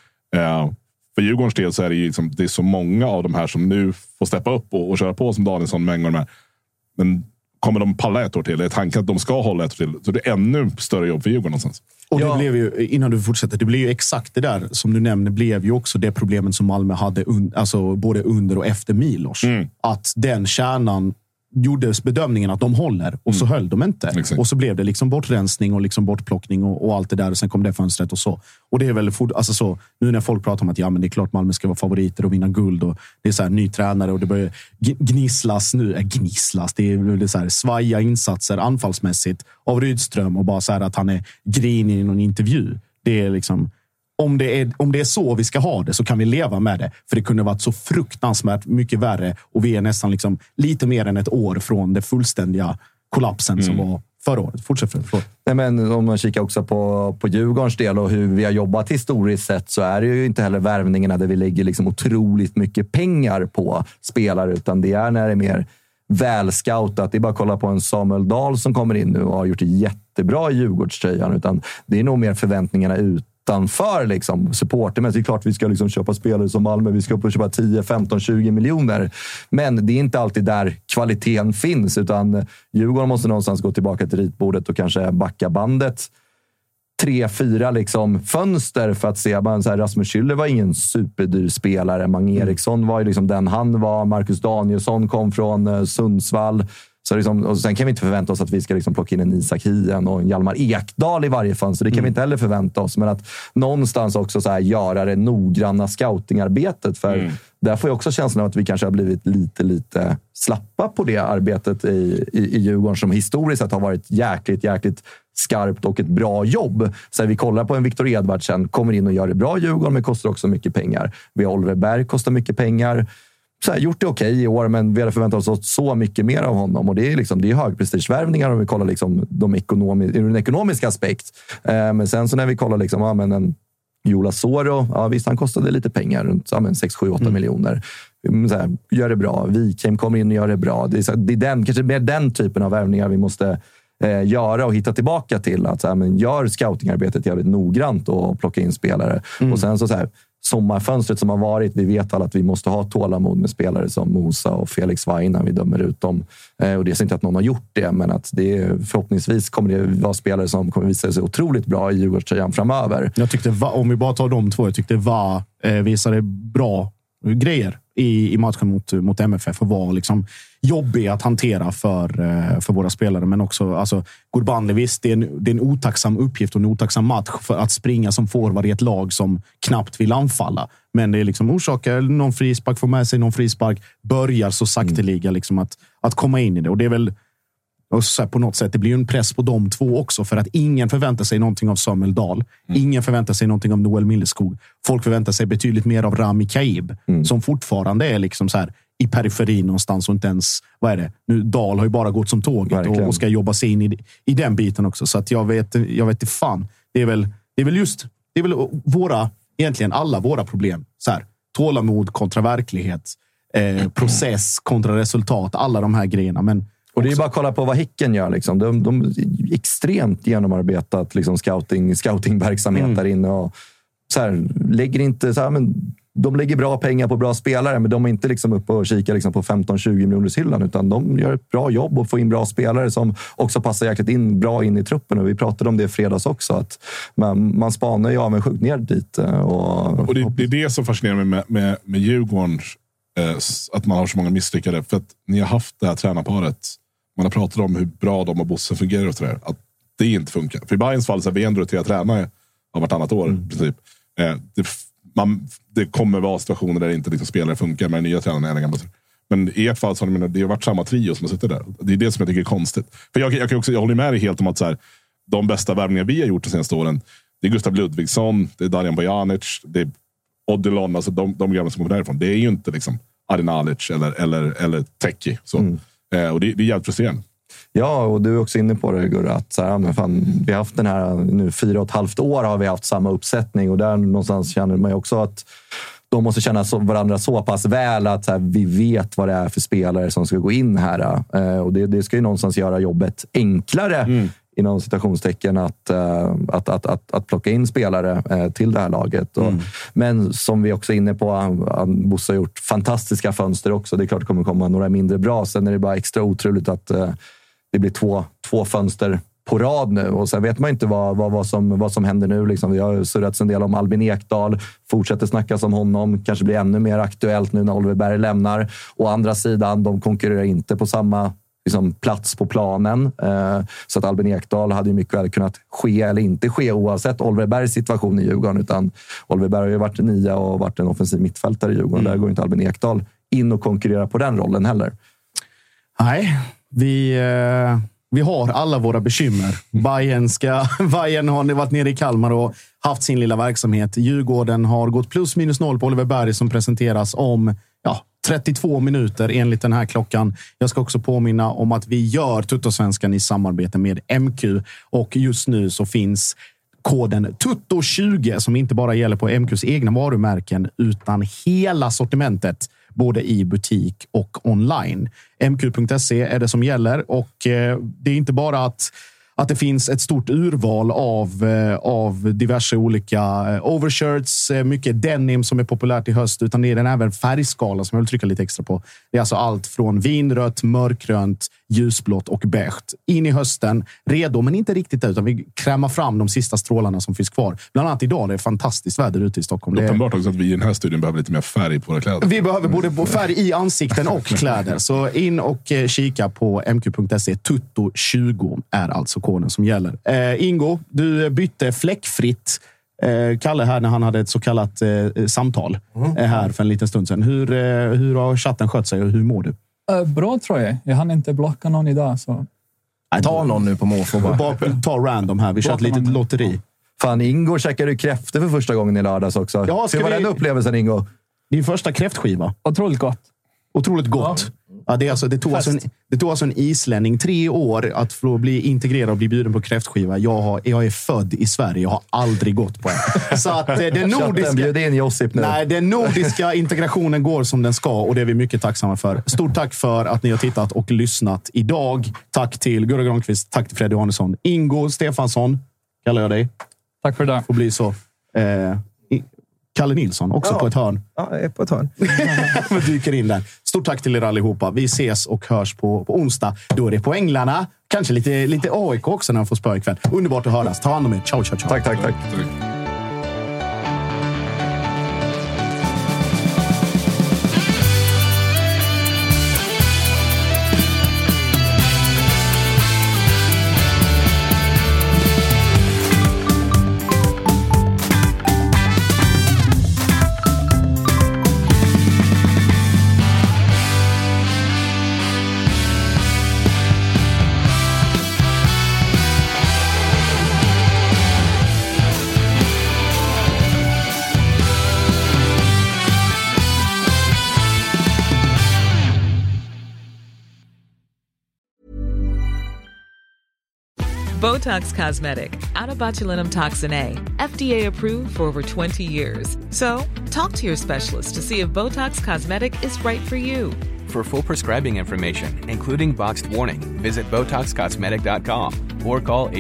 För Djurgårdens del så är det ju liksom, det är så många av de här som nu får steppa upp och köra på som Danielsson, Mengon med. Men kommer de palla ett år till? Det är tanken att de ska hålla ett år till. Så det är ännu större jobb för Djurgården någonstans. Och det blev ju, innan du fortsätter, det blev ju exakt det där som du nämnde, blev ju också det problemet som Malmö hade alltså både under och efter Milos. Att den kärnan gjordes bedömningen att de håller och så höll de inte. Exakt. Och så blev det liksom bortrensning och liksom bortplockning och allt det där, och sen kom det fönstret och så. Och det är väl alltså så, nu när folk pratar om att ja, men det är klart Malmö ska vara favoriter och vinna guld och det är så här ny tränare och det börjar gnisslas nu, det är så här svaja insatser anfallsmässigt av Rydström och bara så här att han är grinig i någon intervju. Det är liksom, om det är så vi ska ha det så kan vi leva med det. För det kunde varit så fruktansvärt mycket värre och vi är nästan liksom lite mer än ett år från det fullständiga kollapsen som var förra året. Fortsätt. Nej, men om man kikar också på Djurgårdens del och hur vi har jobbat historiskt sett, så är det ju inte heller värvningarna där vi lägger liksom otroligt mycket pengar på spelare, utan det är när det är mer välscoutat. Det är bara att kolla på en Samuel Dahl som kommer in nu och har gjort det jättebra i Djurgårdströjan, utan det är nog mer förväntningarna utanför liksom supporter. Men det är klart vi ska liksom köpa spelare som Malmö. Vi ska upp och köpa 10, 15, 20 miljoner. Men det är inte alltid där kvaliteten finns, utan Djurgården måste någonstans gå tillbaka till ritbordet och kanske backa bandet 3-4 liksom fönster för att se. Så här, Rasmus Schüller var ingen superdyr spelare. Mange Eriksson var ju liksom den han var. Marcus Danielsson kom från Sundsvall. Så liksom, och sen kan vi inte förvänta oss att vi ska liksom plocka in en Isak Hien och en Hjalmar Ekdal i varje fönster. Det kan vi inte heller förvänta oss. Men att någonstans också så här göra det noggranna scoutingarbetet. För där får jag också känslan av att vi kanske har blivit lite slappa på det arbetet i Djurgården, som historiskt sett har varit jäkligt skarpt och ett bra jobb. Så vi kollar på en Viktor Edvardsen, kommer in och gör det bra i Djurgården, men kostar också mycket pengar. Vi har Oliver Berg, kostar mycket pengar. så här, gjort det okej i år, men vi hade förväntat oss så mycket mer av honom. Och det är liksom, det är högprestigevärvningar om vi kollar liksom ur en ekonomisk aspekt. Men sen så när vi kollar liksom, en Jola Soro, visst han kostade lite pengar, runt 6-7-8 miljoner. Så här, gör det bra. Wikheim kommer in och gör det bra. Det är kanske mer den typen av värvningar vi måste göra och hitta tillbaka till. Att så här, gör scoutingarbetet jävligt noggrant och plocka in spelare. Och sen så här, sommarfönstret som har varit, vi vet alla att vi måste ha tålamod med spelare som Mosa och Felix Wein när vi dömer ut dem. Och det är inte att någon har gjort det, men att förhoppningsvis kommer det vara spelare som kommer visa sig otroligt bra i Djurgårdströjan framöver. Jag tyckte, om vi bara tar de två, jag tyckte visade bra grejer i matchen mot MFF och var liksom jobbig att hantera för våra spelare, men också alltså, Gurbanli, visst, det är en otacksam uppgift och en otacksam match för att springa som forward i ett lag som knappt vill anfalla, men det är liksom orsakar någon frispark, får med sig någon frispark, börjar så sakteliga liksom att komma in i det, och det är väl och så här, på något sätt, det blir ju en press på de två också, för att ingen förväntar sig någonting av Samuel Dahl. Ingen förväntar sig någonting av Noel Milleskog. Folk förväntar sig betydligt mer av Rami Kaib, som fortfarande är liksom så här i periferin någonstans och inte ens, vad är det? Nu, Dahl har ju bara gått som tåget och ska jobba sig in i den biten också. Så att jag vet inte fan. Det är väl egentligen alla våra problem. Så här, tålamod kontra verklighet, process kontra resultat, alla de här grejerna. Men och det är bara att kolla på vad Häcken gör. Liksom. De är extremt genomarbetat liksom, scoutingverksamhet där inne. Och så här, lägger inte, så här, men de lägger bra pengar på bra spelare, men de är inte liksom uppe och kikar liksom, på 15-20 miljoners hyllan, utan de gör ett bra jobb och får in bra spelare som också passar jäkligt bra in i truppen. Och vi pratade om det i fredags också, att man spanar ju avundsjukt ner dit. Och det är det som fascinerar mig med Djurgården, att man har så många misslyckade, för att ni har haft det här tränarparet. Man har pratat om hur bra de och Bosse fungerar och sådär. Att det inte funkar. För i Bayerns fall så är vi ändå till att träna av vartannat år. I princip. Det kommer vara situationer där inte liksom spelare funkar med nya tränarna. Men i ert fall så har det har varit samma trio som har suttit där. Det är det som jag tycker är konstigt. För jag håller med dig helt om att så här, de bästa värvningar vi har gjort de senaste åren, det är Gustav Ludvigsson, det är Darijan Bojanic, det är Odilon, alltså de gamla som kommer därifrån. Det är ju inte liksom Arinalic eller Teki. Och det är jävligt frustrerande. Ja, och du är också inne på det, Gurra, att så här, men fan, vi har haft den här nu 4,5 år har vi haft samma uppsättning, och där någonstans känner man ju också att de måste känna varandra så pass väl att så här, vi vet vad det är för spelare som ska gå in här. Och det ska ju någonstans göra jobbet enklare inom citationstecken att plocka in spelare till det här laget. Men som vi också är inne på, Bosse har gjort fantastiska fönster också. Det är klart det kommer komma några mindre bra. Sen är det bara extra otroligt att det blir två fönster på rad nu. Och sen vet man inte vad som händer nu. Liksom. Vi har surrats en del om Albin Ekdal. Fortsätter snackas om honom. Kanske blir ännu mer aktuellt nu när Oliver Berg lämnar. Å andra sidan, de konkurrerar inte på samma liksom, plats på planen. Så att Albin Ekdal hade ju mycket väl kunnat ske eller inte ske oavsett Oliver Bergs situation i Djurgården. Utan Oliver Berg har ju varit 9 och varit en offensiv mittfältare i Djurgården. Där går inte Albin Ekdal in och konkurrerar på den rollen heller. Nej, vi har alla våra bekymmer. Bayern har varit nere i Kalmar och haft sin lilla verksamhet. Djurgården har gått +-0 på Oliver Berg som presenteras om 32 minuter enligt den här klockan. Jag ska också påminna om att vi gör Tuttosvenskan i samarbete med MQ. Och just nu så finns koden TUTTO20 som inte bara gäller på MQs egna varumärken utan hela sortimentet. Både i butik och online. MQ.se är det som gäller, och det är inte bara att det finns ett stort urval av diverse olika overshirts, mycket denim som är populärt i höst, utan det är även färgskala som jag vill trycka lite extra på. Det är alltså allt från vinrött, mörkgrönt, ljusblått och beige. In i hösten, redo men inte riktigt utan vi krämar fram de sista strålarna som finns kvar. Bland annat idag, det är fantastiskt väder ute i Stockholm. Det är uppenbart också att vi i den här studien behöver lite mer färg på våra kläder. Vi behöver både färg i ansikten och kläder. Så in och kika på mq.se. Tutto20 är alltså koden som gäller. Ingo, du bytte fläckfritt Kalle här när han hade ett så kallat samtal här för en liten stund sedan. Hur har chatten skött sig och hur mår du? Bra tror jag. Jag hann inte blocka någon idag. Så. Ta någon nu på måfå bara. Ta random här. Vi kör ett litet lotteri. Fan, Ingo käkade kräftor för första gången i lördags också. Ja, hur var den upplevelsen, Ingo? Din första kräftskiva. Otroligt gott. Otroligt gott. Ja, det tog alltså en islänning 3 år att få bli integrerad och bli bjuden på kräftskiva. Jag är född i Sverige. Jag har aldrig gått på en. Så att den nordiska integrationen går som den ska, och det är vi mycket tacksamma för. Stort tack för att ni har tittat och lyssnat idag. Tack till Gurra Granqvist. Tack till Freddy Arnesson. Ingo Stefansson kallar jag dig. Tack för det. Får bli så. Kalle Nilsson, också på ett hörn. Ja, jag är på ett hörn. Vi dyker in där. Stort tack till er allihopa. Vi ses och hörs på onsdag. Då är det på Änglarna. Kanske lite AIK också när de får spö ikväll. Underbart att höras. Ta hand om er. Ciao, ciao, ciao. Tack. Botox Cosmetic, out of botulinum toxin A, FDA approved for over 20 years. So, talk to your specialist to see if Botox Cosmetic is right for you. For full prescribing information, including boxed warning, visit BotoxCosmetic.com or call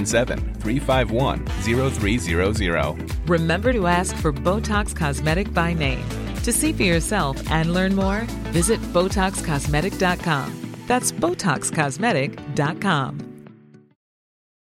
877-351-0300. Remember to ask for Botox Cosmetic by name. To see for yourself and learn more, visit BotoxCosmetic.com. That's BotoxCosmetic.com.